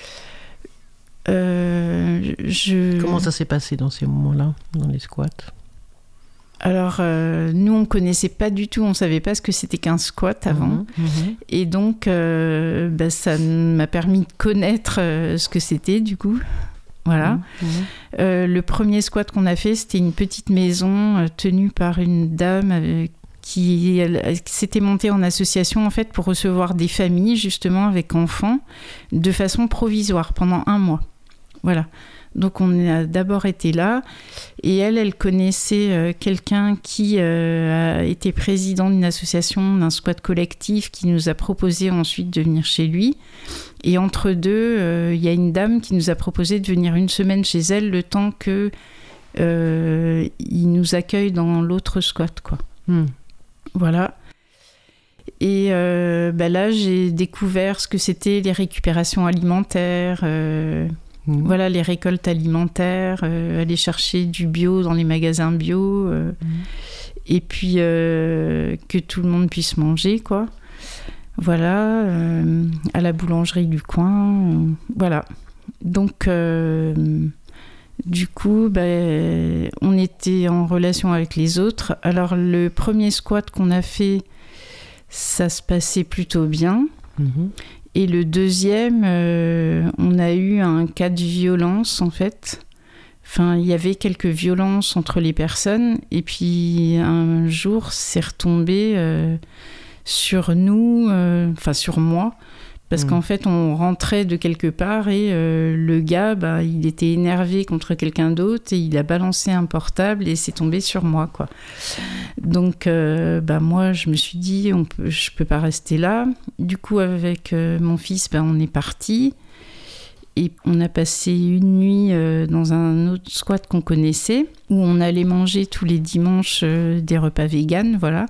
Comment ça s'est passé dans ces moments-là, dans les squats ? Alors, nous, on ne connaissait pas du tout, on ne savait pas ce que c'était qu'un squat avant. Et donc, ça m'a permis de connaître ce que c'était, du coup. Voilà. Le premier squat qu'on a fait, c'était une petite maison tenue par une dame qui s'était montée en association, en fait, pour recevoir des familles, justement, avec enfants, de façon provisoire, pendant 1 mois. Voilà. Donc, on a d'abord été là. Et elle connaissait quelqu'un qui a été président d'une association, d'un squat collectif, qui nous a proposé ensuite de venir chez lui. Et entre deux, il y a une dame qui nous a proposé de venir 1 semaine chez elle, le temps que ils nous accueillent dans l'autre squat, quoi. Voilà. Et là, j'ai découvert ce que c'était les récupérations alimentaires, voilà, les récoltes alimentaires, aller chercher du bio dans les magasins bio, et puis que tout le monde puisse manger, quoi. Voilà, à la boulangerie du coin, voilà. Donc, du coup, on était en relation avec les autres. Alors, le premier squat qu'on a fait, ça se passait plutôt bien. Et le deuxième, on a eu un cas de violence, en fait. Enfin, il y avait quelques violences entre les personnes. Et puis, un jour, c'est retombé sur nous, sur moi. Parce qu'en fait, on rentrait de quelque part et le gars, il était énervé contre quelqu'un d'autre et il a balancé un portable et c'est tombé sur moi, quoi. Donc, moi, je me suis dit, je peux pas rester là. Du coup, avec mon fils, on est parti et on a passé une nuit dans un autre squat qu'on connaissait où on allait manger tous les dimanches des repas véganes, voilà.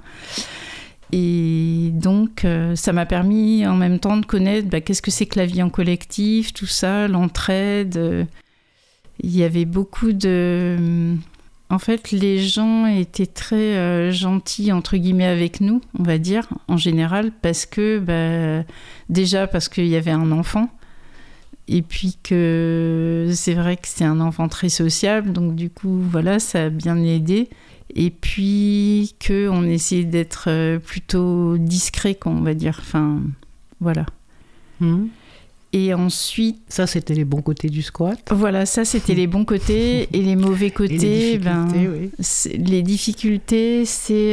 Et donc, ça m'a permis en même temps de connaître qu'est-ce que c'est que la vie en collectif, tout ça, l'entraide. Il y avait beaucoup de... En fait, les gens étaient très gentils, entre guillemets, avec nous, on va dire, en général, parce que, déjà parce qu'il y avait un enfant, et puis que c'est vrai que c'est un enfant très sociable, donc du coup, voilà, ça a bien aidé. Et puis qu'on essayait d'être plutôt discret, quoi, on va dire. Enfin, voilà. Et ensuite... Ça, c'était les bons côtés du squat. Voilà, ça, c'était les bons côtés. Et les mauvais côtés, les difficultés, c'est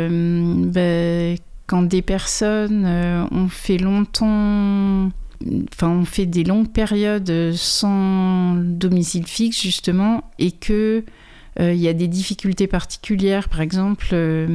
quand des personnes ont fait longtemps... Enfin, on fait des longues périodes sans domicile fixe, justement, et que... Il y a des difficultés particulières, par exemple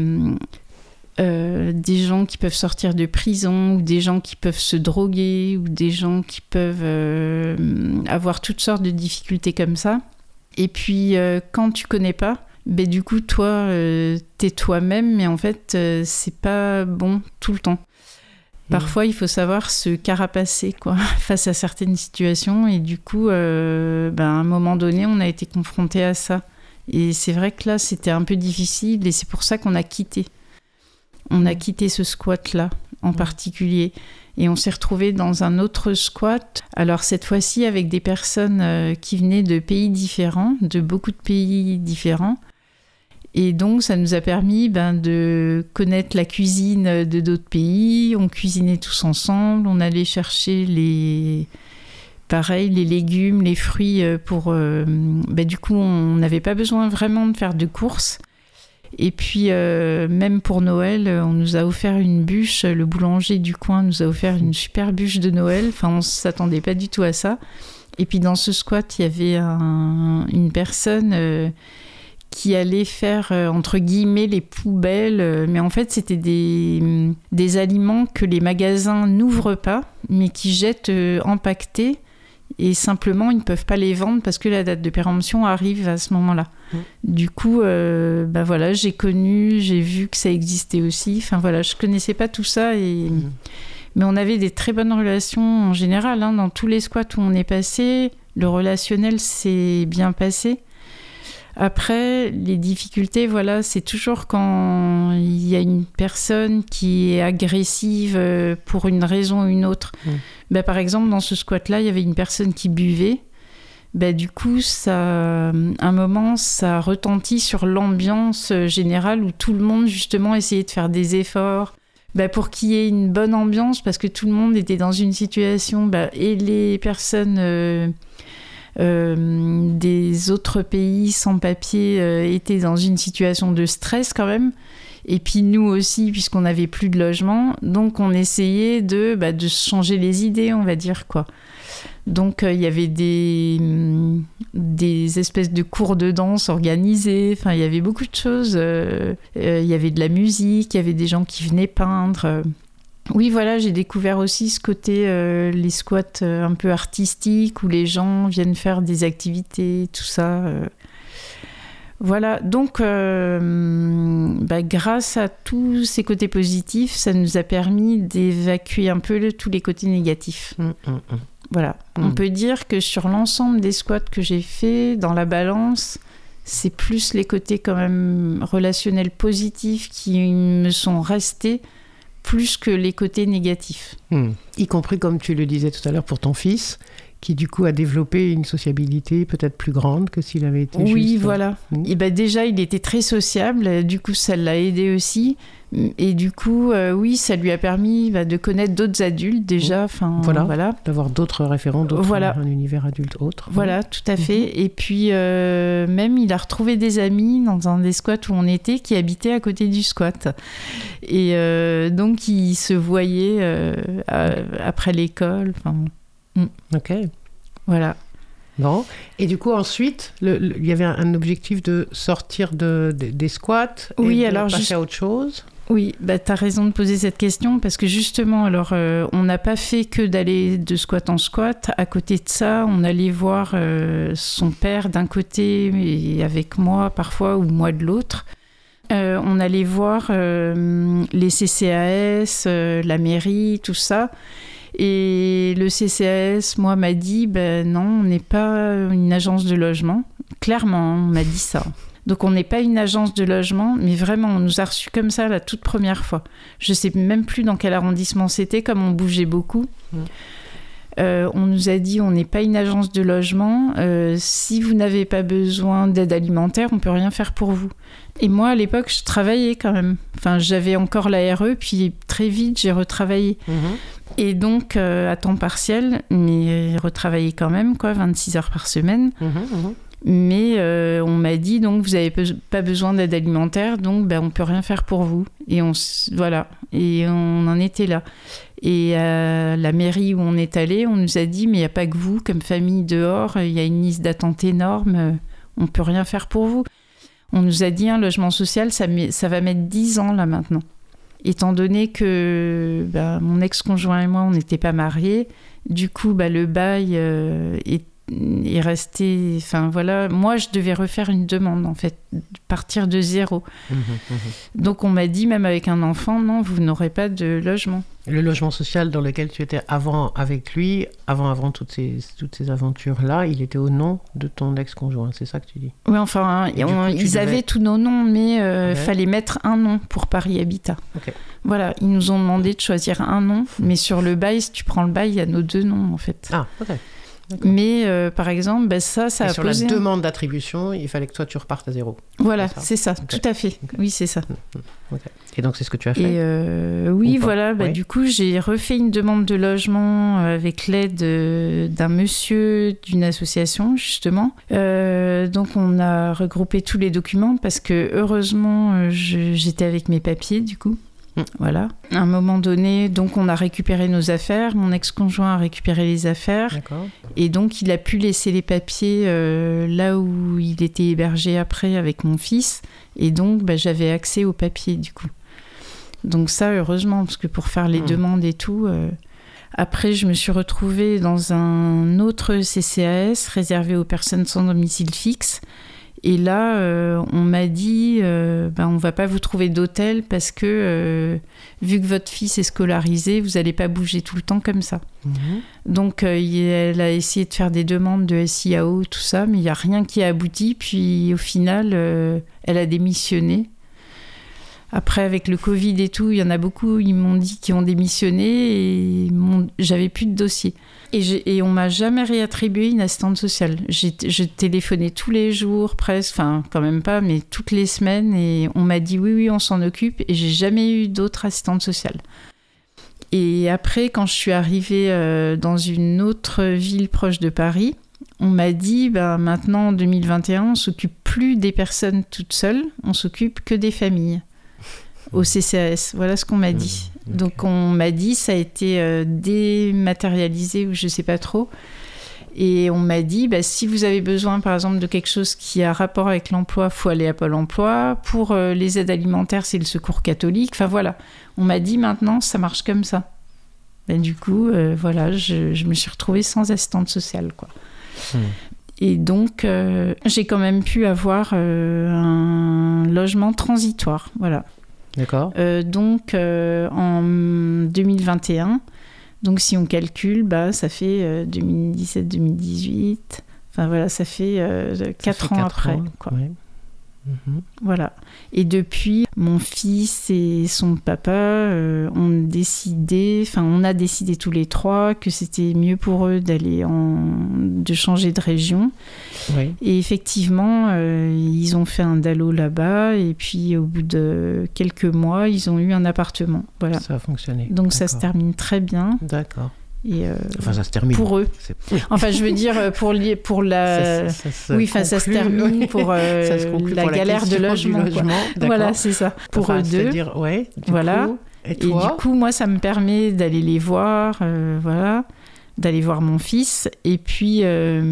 des gens qui peuvent sortir de prison ou des gens qui peuvent se droguer ou des gens qui peuvent avoir toutes sortes de difficultés comme ça. Et puis quand tu connais pas, du coup toi t'es toi-même, mais en fait c'est pas bon tout le temps. Parfois il faut savoir se carapacer, quoi, face à certaines situations, et du coup à un moment donné on a été confronté à ça. Et c'est vrai que là, c'était un peu difficile et c'est pour ça qu'on a quitté. On a quitté ce squat-là, en particulier. Et on s'est retrouvés dans un autre squat. Alors cette fois-ci, avec des personnes qui venaient de pays différents, de beaucoup de pays différents. Et donc, ça nous a permis de connaître la cuisine de d'autres pays. On cuisinait tous ensemble. On allait chercher les légumes, les fruits pour... du coup, on n'avait pas besoin vraiment de faire de courses. Et puis, même pour Noël, on nous a offert une bûche. Le boulanger du coin nous a offert une super bûche de Noël. Enfin, on ne s'attendait pas du tout à ça. Et puis, dans ce squat, il y avait une personne qui allait faire, entre guillemets, les poubelles. Mais en fait, c'était des aliments que les magasins n'ouvrent pas, mais qui jettent empaquetés. Et simplement, ils ne peuvent pas les vendre parce que la date de péremption arrive à ce moment-là. Du coup, j'ai vu que ça existait aussi. Enfin voilà, je ne connaissais pas tout ça. Mais on avait des très bonnes relations en général. Dans tous les squats où on est passé, le relationnel s'est bien passé. Après, les difficultés, c'est toujours quand il y a une personne qui est agressive pour une raison ou une autre. Par exemple, dans ce squat-là, il y avait une personne qui buvait. Du coup, ça, à un moment, ça retentit sur l'ambiance générale où tout le monde, justement, essayait de faire des efforts pour qu'il y ait une bonne ambiance, parce que tout le monde était dans une situation... et les personnes... des autres pays sans papier étaient dans une situation de stress quand même, et puis nous aussi, puisqu'on n'avait plus de logement, donc on essayait de se changer les idées, on va dire, quoi. Donc il y avait des espèces de cours de danse organisés, enfin il y avait beaucoup de choses, il y avait de la musique, il y avait des gens qui venaient peindre. Oui, voilà, j'ai découvert aussi ce côté, les squats un peu artistiques, où les gens viennent faire des activités, tout ça. Voilà, donc grâce à tous ces côtés positifs, ça nous a permis d'évacuer un peu tous les côtés négatifs. Voilà, on peut dire que sur l'ensemble des squats que j'ai fait, dans la balance, c'est plus les côtés quand même relationnels positifs qui me sont restés plus que les côtés négatifs. Y compris, comme tu le disais tout à l'heure, pour ton fils, qui du coup a développé une sociabilité peut-être plus grande que s'il avait été juste... Oui, voilà. Et déjà, il était très sociable, du coup, ça l'a aidé aussi. Et du coup, oui, ça lui a permis de connaître d'autres adultes déjà. Voilà. D'avoir d'autres référents, un univers adulte autre. Voilà, tout à fait. Et puis, même, il a retrouvé des amis dans un des squats où on était qui habitaient à côté du squat. Et donc, ils se voyaient après l'école. Ok. Voilà. Bon. Et du coup, ensuite, il y avait un objectif de sortir des squats et de passer à autre chose. Oui, tu as raison de poser cette question parce que justement, alors, on n'a pas fait que d'aller de squat en squat. À côté de ça, on allait voir son père d'un côté et avec moi parfois ou moi de l'autre. On allait voir les CCAS, la mairie, tout ça. Et le CCAS, moi, m'a dit non, on n'est pas une agence de logement. Clairement, on m'a dit ça. Donc, on n'est pas une agence de logement, mais vraiment, on nous a reçus comme ça la toute première fois. Je ne sais même plus dans quel arrondissement c'était, comme on bougeait beaucoup. On nous a dit on n'est pas une agence de logement. Si vous n'avez pas besoin d'aide alimentaire, on ne peut rien faire pour vous. Et moi, à l'époque, je travaillais quand même. Enfin, j'avais encore la RE, puis très vite, j'ai retravaillé. Et donc, à temps partiel, mais retravaillé quand même, 26 heures par semaine. Mais on m'a dit, donc, vous n'avez pas besoin d'aide alimentaire, donc on ne peut rien faire pour vous. Et voilà. Et on en était là. Et à la mairie où on est allé, on nous a dit, mais il n'y a pas que vous, comme famille dehors, il y a une liste d'attente énorme, on ne peut rien faire pour vous. On nous a dit, un logement social, ça va mettre 10 ans là maintenant. Étant donné que mon ex-conjoint et moi, on n'était pas mariés, du coup, le bail est resté... Enfin, voilà, moi, je devais refaire une demande, en fait, partir de zéro. Donc, on m'a dit, même avec un enfant, non, vous n'aurez pas de logement. Le logement social dans lequel tu étais avant avec lui, avant toutes ces aventures-là, il était au nom de ton ex-conjoint, c'est ça que tu dis? Oui, enfin, ils avaient tous nos noms, mais fallait mettre un nom pour Paris Habitat. Okay. Voilà, ils nous ont demandé de choisir un nom, mais sur le bail, si tu prends le bail, il y a nos deux noms, en fait. Ah, ok. D'accord. Mais par exemple, ça a sur posé... la demande d'attribution, il fallait que toi tu repartes à zéro. Voilà, c'est ça, okay. Tout à fait. Okay. Oui, c'est ça. Okay. Et donc c'est ce que tu as fait. Et oui, voilà. Oui. Du coup, j'ai refait une demande de logement avec l'aide d'un monsieur d'une association justement. Donc on a regroupé tous les documents parce que heureusement j'étais avec mes papiers du coup. Voilà. À un moment donné, donc on a récupéré nos affaires. Mon ex-conjoint a récupéré les affaires. D'accord. Et donc il a pu laisser les papiers là où il était hébergé après avec mon fils. Et donc j'avais accès aux papiers du coup. Donc ça, heureusement, parce que pour faire les demandes et tout... Après, je me suis retrouvée dans un autre CCAS réservé aux personnes sans domicile fixe. Et là, on m'a dit, on va pas vous trouver d'hôtel parce que vu que votre fils est scolarisé, vous allez pas bouger tout le temps comme ça. Donc, elle a essayé de faire des demandes de SIAO, tout ça, mais il y a rien qui a abouti. Puis, au final, elle a démissionné. Après, avec le Covid et tout, il y en a beaucoup, ils m'ont dit qu'ils ont démissionné et j'avais plus de dossier. Et on m'a jamais réattribué une assistante sociale. Je téléphonais tous les jours, presque, enfin, quand même pas, mais toutes les semaines. Et on m'a dit oui, on s'en occupe. Et j'ai jamais eu d'autre assistante sociale. Et après, quand je suis arrivée dans une autre ville proche de Paris, on m'a dit, maintenant, en 2021, on s'occupe plus des personnes toutes seules, on s'occupe que des familles. Au CCAS, voilà ce qu'on m'a dit. Okay. Donc on m'a dit, ça a été dématérialisé ou je sais pas trop. Et on m'a dit, si vous avez besoin par exemple de quelque chose qui a rapport avec l'emploi, faut aller à Pôle emploi. Pour les aides alimentaires, c'est le Secours catholique. Enfin voilà, on m'a dit maintenant ça marche comme ça. Du coup, voilà, je me suis retrouvée sans assistante sociale, quoi. Et donc, j'ai quand même pu avoir un logement transitoire. Voilà. D'accord. Donc, en 2021, donc si on calcule, ça fait 2017-2018. Enfin voilà, ça fait 4 ans après. Quoi. Ouais. Mm-hmm. Voilà. Et depuis, mon fils et son papa on a décidé tous les trois que c'était mieux pour eux de changer de région. Oui. Et effectivement, ils ont fait un DALO là-bas et puis au bout de quelques mois, ils ont eu un appartement. Voilà. Ça a fonctionné. Donc D'accord. ça se termine très bien. D'accord. Et ça se termine. Pour eux. Oui. Enfin, je veux dire, pour la... ça se termine pour ça se conclut la pour galère de logement. Voilà, c'est ça. Pour eux deux. C'est-à-dire, ouais, voilà. Coup, et du coup, moi, ça me permet d'aller les voir, d'aller voir mon fils. Et puis,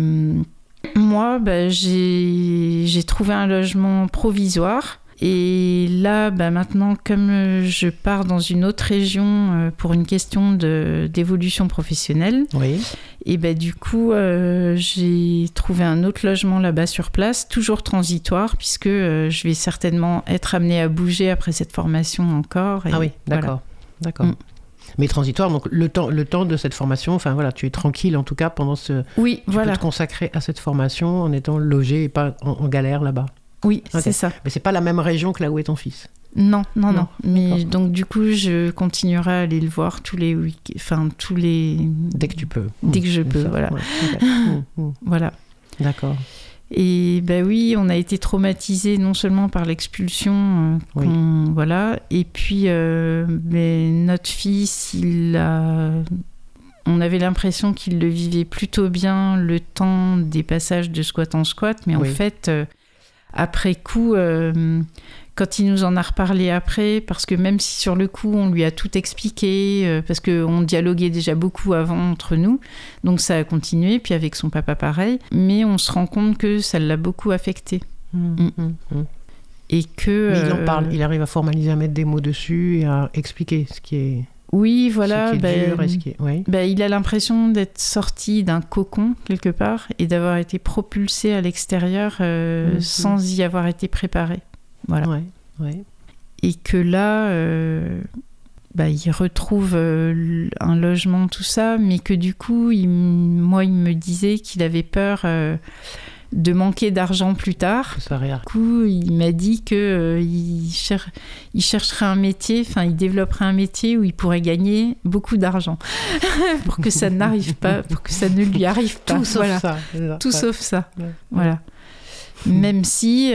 moi, j'ai trouvé un logement provisoire. Et là, maintenant, comme je pars dans une autre région pour une question d'évolution professionnelle, oui. et du coup, j'ai trouvé un autre logement là-bas sur place, toujours transitoire, puisque je vais certainement être amenée à bouger après cette formation encore. Et oui, d'accord. Voilà. D'accord. Mais transitoire, donc le temps de cette formation, tu es tranquille en tout cas pendant ce... Oui, tu peux te consacrer à cette formation en étant logé et pas en galère là-bas. Oui, okay. C'est ça. Mais c'est pas la même région que là où est ton fils. Non. Mais donc du coup, je continuerai à aller le voir tous les dès que tu peux. Dès que je peux, voilà. Ouais, okay. Voilà. D'accord. Et oui, on a été traumatisés non seulement par l'expulsion, voilà, et puis notre fils, on avait l'impression qu'il le vivait plutôt bien le temps des passages de squat en squat, mais en fait, après coup, quand il nous en a reparlé après, parce que même si sur le coup, on lui a tout expliqué, parce qu'on dialoguait déjà beaucoup avant entre nous, donc ça a continué, puis avec son papa pareil, mais on se rend compte que ça l'a beaucoup affecté. Et que... Mais il en parle, il arrive à formaliser, à mettre des mots dessus et à expliquer ce qui est... Oui, voilà. Ce qui est dur et ce qui est... il a l'impression d'être sorti d'un cocon, quelque part, et d'avoir été propulsé à l'extérieur sans y avoir été préparé. Voilà. Ouais. Et que là, il retrouve un logement, tout ça, mais que du coup, il me disait qu'il avait peur... de manquer d'argent plus tard. Du coup, il m'a dit qu'il chercherait un métier, il développerait un métier où il pourrait gagner beaucoup d'argent pour que ça n'arrive pas, pour que ça ne lui arrive pas. Tout sauf ça. Tout sauf ça. Ouais. Voilà. Même si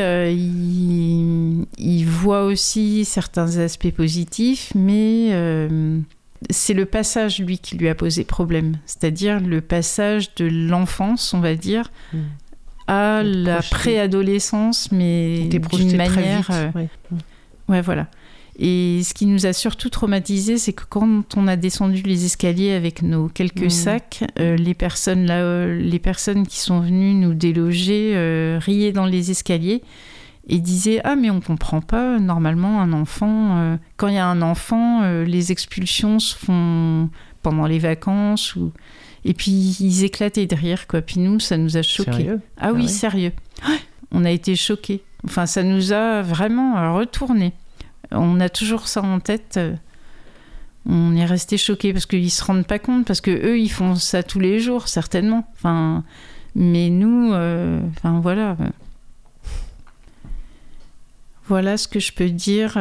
il voit aussi certains aspects positifs, mais c'est le passage, lui, qui lui a posé problème. C'est-à-dire le passage de l'enfance, on va dire, à la préadolescence, mais d'une manière... Ouais, voilà. Et ce qui nous a surtout traumatisés, c'est que quand on a descendu les escaliers avec nos quelques sacs, les personnes qui sont venues nous déloger riaient dans les escaliers et disaient « Ah, mais on comprend pas, normalement, un enfant... quand il y a un enfant, les expulsions se font pendant les vacances ou... » Et puis, ils éclataient de rire, quoi. Puis nous, ça nous a choqués. Sérieux ? Ah oui, sérieux. On a été choqués. Enfin, ça nous a vraiment retournés. On a toujours ça en tête. On est restés choqués parce qu'ils ne se rendent pas compte, parce qu'eux, ils font ça tous les jours, certainement. Enfin, mais nous, voilà. Voilà ce que je peux dire.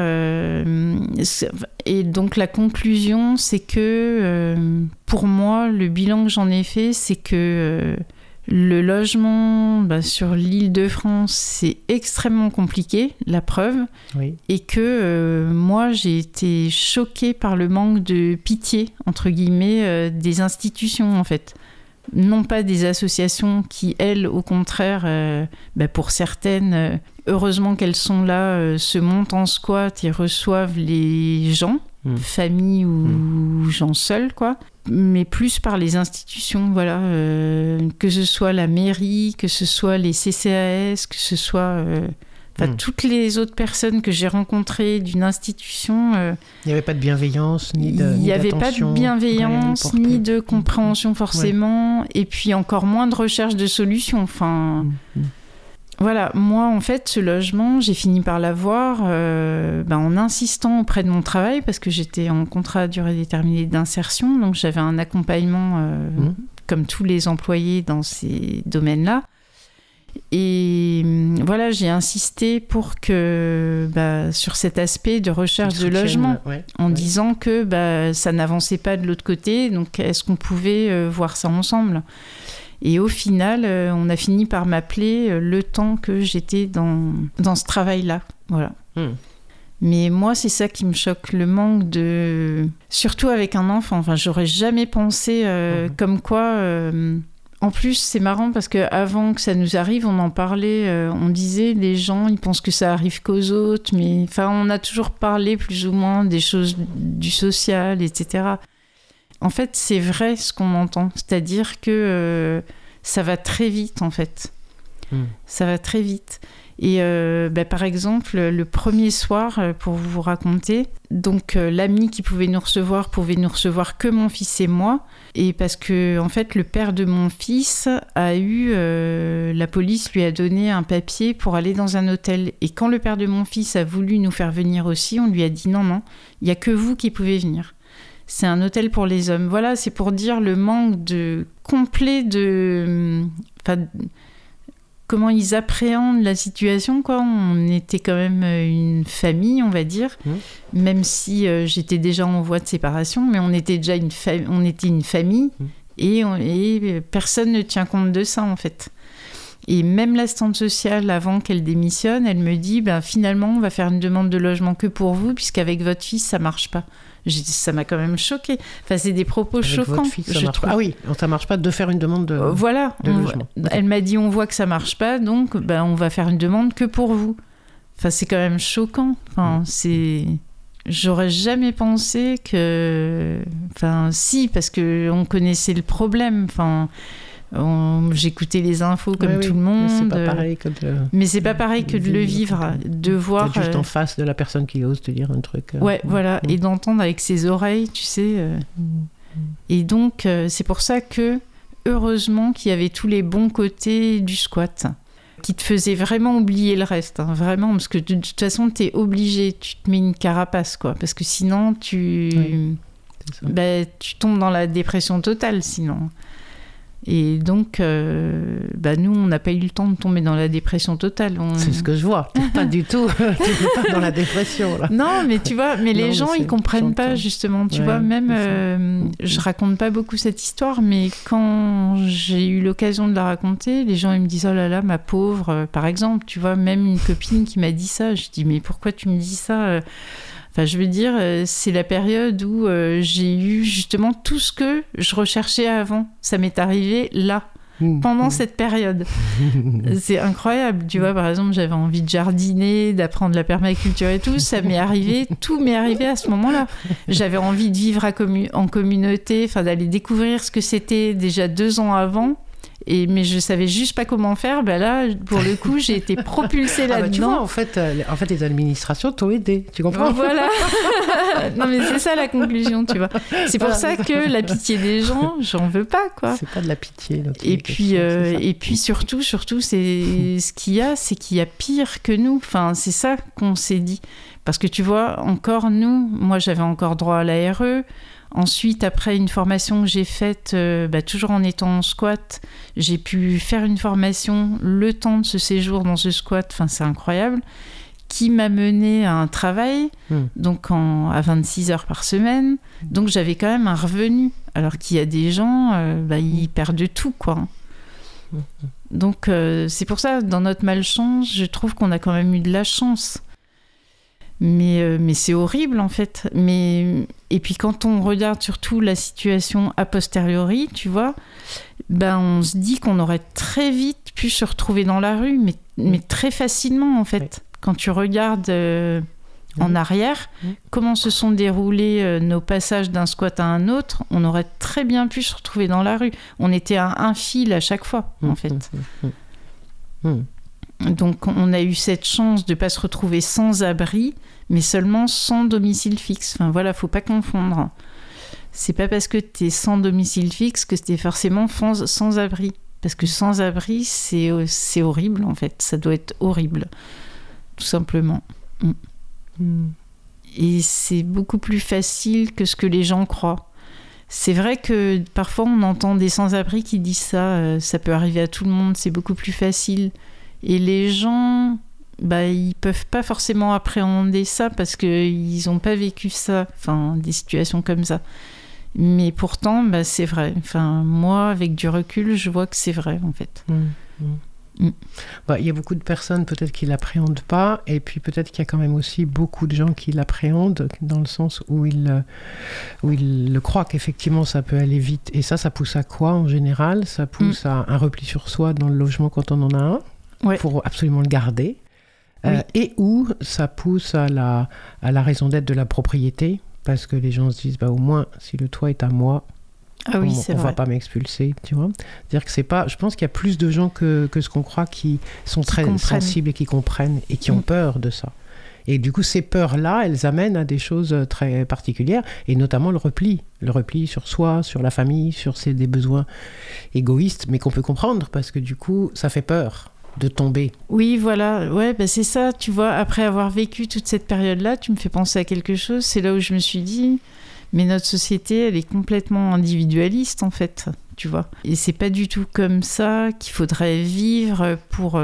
Et donc la conclusion, c'est que pour moi, le bilan que j'en ai fait, c'est que le logement sur l'Île-de-France, c'est extrêmement compliqué, la preuve. Oui. Et que moi, j'ai été choquée par le manque de pitié, entre guillemets, des institutions, en fait. Non pas des associations qui, elles, au contraire, pour certaines, heureusement qu'elles sont là, se montent en squat et reçoivent les gens, famille ou gens seuls, quoi. Mais plus par les institutions, voilà, que ce soit la mairie, que ce soit les CCAS, que ce soit Enfin, toutes les autres personnes que j'ai rencontrées d'une institution... il n'y avait pas de bienveillance, ni d'attention. Il n'y avait pas de bienveillance, ni de compréhension forcément, et puis encore moins de recherche de solutions. Enfin, voilà, moi, en fait, ce logement, j'ai fini par l'avoir en insistant auprès de mon travail, parce que j'étais en contrat à durée déterminée d'insertion, donc j'avais un accompagnement comme tous les employés dans ces domaines-là. Et voilà, j'ai insisté pour que sur cet aspect de recherche de logement, en disant que ça n'avançait pas de l'autre côté, donc est-ce qu'on pouvait voir ça ensemble ? Et au final, on a fini par m'appeler le temps que j'étais dans ce travail-là. Voilà. Mais moi, c'est ça qui me choque, le manque de... Surtout avec un enfant. Enfin, j'aurais jamais pensé comme quoi... En plus, c'est marrant parce qu'avant que ça nous arrive, on en parlait, on disait, les gens, ils pensent que ça arrive qu'aux autres, mais enfin, on a toujours parlé plus ou moins des choses du social, etc. En fait, c'est vrai ce qu'on entend, c'est-à-dire que ça va très vite, en fait. Ça va très vite. Et par exemple, le premier soir, pour vous raconter, donc l'ami qui pouvait nous recevoir que mon fils et moi, et parce que en fait le père de mon fils a eu, la police lui a donné un papier pour aller dans un hôtel, et quand le père de mon fils a voulu nous faire venir aussi, on lui a dit non, il y a que vous qui pouvez venir. C'est un hôtel pour les hommes. Voilà, c'est pour dire le manque complet de... comment ils appréhendent la situation, quoi. On était quand même une famille, on va dire, même si j'étais déjà en voie de séparation, mais on était déjà une famille, et personne ne tient compte de ça, en fait. Et même l'assistante sociale, avant qu'elle démissionne, elle me dit finalement, on va faire une demande de logement que pour vous, puisqu'avec votre fils, ça marche pas. Ça m'a quand même choquée. Enfin, c'est des propos choquants. Votre fils, je trouve. Ah oui, ça marche pas de faire une demande de logement. Elle m'a dit, on voit que ça marche pas, donc on va faire une demande que pour vous. Enfin, c'est quand même choquant. Enfin, j'aurais jamais pensé que... Enfin, si, parce qu'on connaissait le problème. Enfin... J'écoutais les infos comme tout le monde. Mais c'est pas pareil que de le vivre, de voir... D'être juste en face de la personne qui ose te dire un truc. Voilà, et d'entendre avec ses oreilles, tu sais. Et donc, c'est pour ça que, heureusement, qu'il y avait tous les bons côtés du squat, qui te faisaient vraiment oublier le reste, vraiment, parce que de toute façon, t'es obligé, tu te mets une carapace, quoi, parce que sinon, tu tombes dans la dépression totale, sinon. Et donc, nous, on n'a pas eu le temps de tomber dans la dépression totale. C'est ce que je vois. T'es pas du tout pas dans la dépression, là. Non, mais tu vois, les gens, ils comprennent pas, justement. Tu vois, même, je raconte pas beaucoup cette histoire, mais quand j'ai eu l'occasion de la raconter, les gens, ils me disent « Oh là là, ma pauvre », par exemple. Tu vois, même une copine qui m'a dit ça. Je dis « Mais pourquoi tu me dis ça ?» Enfin, je veux dire, c'est la période où j'ai eu justement tout ce que je recherchais avant. Ça m'est arrivé là, pendant cette période. C'est incroyable. Tu vois, par exemple, j'avais envie de jardiner, d'apprendre la permaculture et tout. Tout m'est arrivé à ce moment-là. J'avais envie de vivre en communauté, d'aller découvrir ce que c'était déjà 2 ans avant. Mais je savais juste pas comment faire. Là, pour le coup, j'ai été propulsée là-dedans. Tu vois, en fait, les administrations t'ont aidé. Tu comprends ? Voilà. Non, mais c'est ça la conclusion, tu vois. C'est pour ça que la pitié des gens, j'en veux pas, quoi. C'est pas de la pitié. Et puis surtout, c'est ce qu'il y a, c'est qu'il y a pire que nous. Enfin, c'est ça qu'on s'est dit. Parce que tu vois, encore moi, j'avais encore droit à la RE. Ensuite, après une formation que j'ai faite, toujours en étant en squat, j'ai pu faire une formation le temps de ce séjour dans ce squat, c'est incroyable, qui m'a menée à un travail, donc à 26 heures par semaine. Donc j'avais quand même un revenu, alors qu'il y a des gens, ils perdent tout, quoi. Donc c'est pour ça, dans notre malchance, je trouve qu'on a quand même eu de la chance. Mais c'est horrible, en fait. Et puis quand on regarde surtout la situation a posteriori, tu vois, on se dit qu'on aurait très vite pu se retrouver dans la rue, mais très facilement, en fait. Quand tu regardes en arrière, comment se sont déroulés nos passages d'un squat à un autre, on aurait très bien pu se retrouver dans la rue. On était à un fil à chaque fois, en fait. Donc on a eu cette chance de ne pas se retrouver sans abri, mais seulement sans domicile fixe. Enfin voilà, faut pas confondre. C'est pas parce que tu es sans domicile fixe que tu es forcément sans abri. Parce que sans abri, c'est horrible en fait. Ça doit être horrible, tout simplement. Et c'est beaucoup plus facile que ce que les gens croient. C'est vrai que parfois on entend des sans-abri qui disent ça, ça peut arriver à tout le monde, c'est beaucoup plus facile. Et les gens, ils peuvent pas forcément appréhender ça parce qu'ils n'ont pas vécu ça, enfin des situations comme ça. Mais pourtant, c'est vrai. Enfin, moi, avec du recul, je vois que c'est vrai en fait. Il y a beaucoup de personnes peut-être qui l'appréhendent pas, et puis peut-être qu'il y a quand même aussi beaucoup de gens qui l'appréhendent dans le sens où ils le croient qu'effectivement ça peut aller vite. Et ça pousse à quoi en général ? Ça pousse à un repli sur soi dans le logement quand on en a un, pour absolument le garder. Et où ça pousse à la raison d'être de la propriété, parce que les gens se disent au moins si le toit est à moi, on ne va pas m'expulser, tu vois. C'est-à-dire que c'est pas. Je pense qu'il y a plus de gens que ce qu'on croit qui sont très sensibles et qui comprennent et qui ont peur de ça. Et du coup, ces peurs-là, elles amènent à des choses très particulières, et notamment le repli sur soi, sur la famille, sur des besoins égoïstes, mais qu'on peut comprendre parce que du coup, ça fait peur de tomber. Oui, voilà. Ouais, c'est ça. Tu vois, après avoir vécu toute cette période-là, tu me fais penser à quelque chose. C'est là où je me suis dit. Mais notre société, elle est complètement individualiste, en fait, tu vois. Et c'est pas du tout comme ça qu'il faudrait vivre pour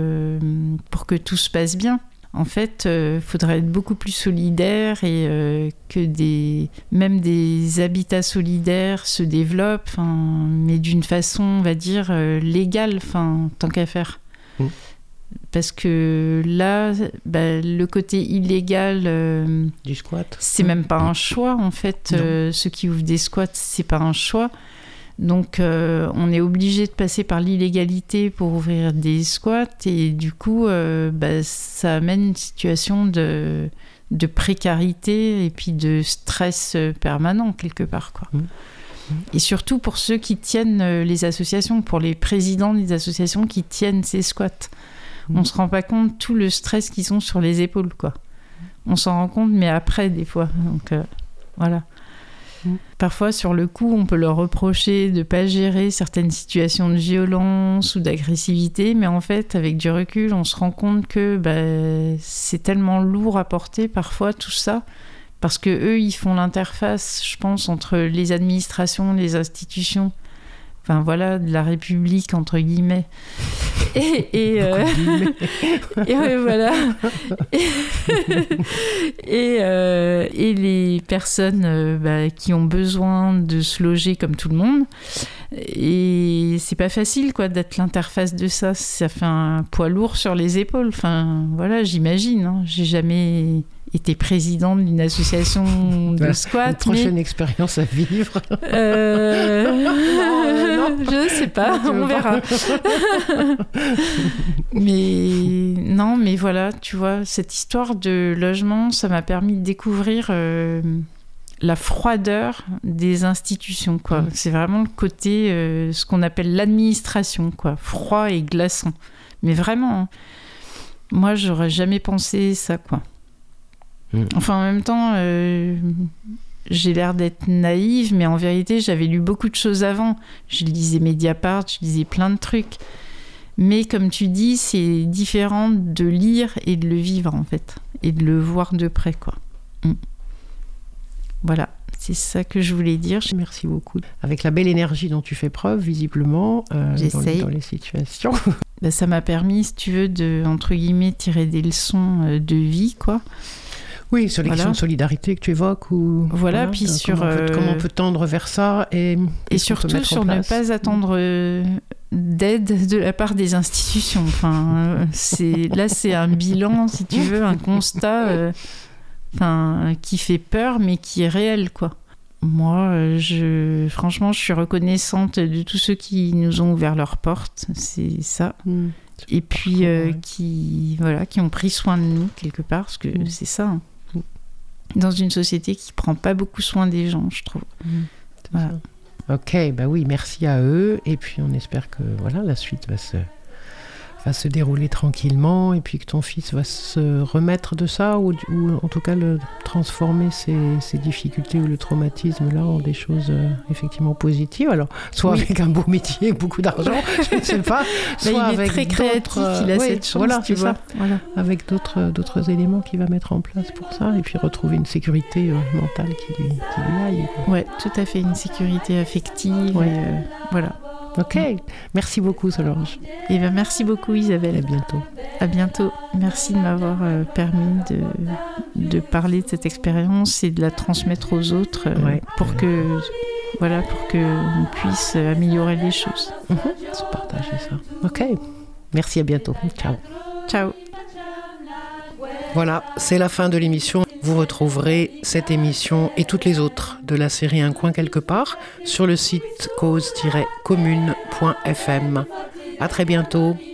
que tout se passe bien. En fait, il faudrait être beaucoup plus solidaire et que même des habitats solidaires se développent, mais d'une façon, on va dire, légale, tant qu'à faire. Parce que là, le côté illégal du squat, c'est même pas un choix en fait. Ceux qui ouvrent des squats, c'est pas un choix. Donc on est obligé de passer par l'illégalité pour ouvrir des squats, et du coup ça amène une situation de précarité et puis de stress permanent quelque part, quoi. Et surtout pour ceux qui tiennent les associations, pour les présidents des associations qui tiennent ces squats. On se rend pas compte tout le stress qu'ils ont sur les épaules, quoi. On s'en rend compte, mais après, des fois. Donc, voilà. Parfois, sur le coup, on peut leur reprocher de pas gérer certaines situations de violence ou d'agressivité, mais en fait, avec du recul, on se rend compte que c'est tellement lourd à porter, parfois, tout ça, parce que eux, ils font l'interface, je pense, entre les administrations, les institutions, de la République, entre guillemets. Et voilà. Et les personnes qui ont besoin de se loger comme tout le monde. Et c'est pas facile, quoi, d'être l'interface de ça. Ça fait un poids lourd sur les épaules. J'imagine. J'ai jamais été présidente d'une association de squat. Une prochaine expérience à vivre. Non. Je sais pas, on verra. mais voilà, tu vois, cette histoire de logement, ça m'a permis de découvrir la froideur des institutions, quoi. C'est vraiment le côté, ce qu'on appelle l'administration, quoi, froid et glaçant. Mais vraiment, moi, j'aurais jamais pensé ça, quoi. Enfin, en même temps, j'ai l'air d'être naïve, mais en vérité, j'avais lu beaucoup de choses avant. Je lisais Mediapart, je lisais plein de trucs. Mais comme tu dis, c'est différent de lire et de le vivre, en fait. Et de le voir de près, quoi. Voilà, c'est ça que je voulais dire. Merci beaucoup. Avec la belle énergie dont tu fais preuve, visiblement, j'essaye. Dans les situations. Ça m'a permis, si tu veux, de, entre guillemets, tirer des leçons de vie, quoi. Oui, sur les questions de solidarité que tu évoques. Puis sur... Comment on peut tendre vers ça et surtout sur ne pas attendre d'aide de la part des institutions. C'est un bilan, si tu veux, un constat qui fait peur, mais qui est réel, quoi. Moi, franchement, je suis reconnaissante de tous ceux qui nous ont ouvert leurs portes, c'est ça. Et puis qui ont pris soin de nous, quelque part, parce que c'est ça. Dans une société qui prend pas beaucoup soin des gens, je trouve. Voilà. Ok, oui, merci à eux. Et puis on espère que la suite va se va se dérouler tranquillement et puis que ton fils va se remettre de ça ou en tout cas transformer ces difficultés ou le traumatisme là en des choses effectivement positives. Alors, soit avec un beau métier, beaucoup d'argent, je ne sais pas, soit il est avec très créatif, il a cette chance, tu vois. Voilà. Avec d'autres éléments qu'il va mettre en place pour ça et puis retrouver une sécurité mentale qui lui aille. Ouais, tout à fait, une sécurité affective. Ouais. Et, voilà. Ok, merci beaucoup Solange. Et ben merci beaucoup Isabelle. À bientôt. À bientôt. Merci de m'avoir permis de parler de cette expérience et de la transmettre aux autres pour que on puisse améliorer les choses. Se partager ça. Ok, merci, à bientôt. Ciao. Ciao. Voilà, c'est la fin de l'émission. Vous retrouverez cette émission et toutes les autres de la série Un coin quelque part sur le site cause-commune.fm. À très bientôt.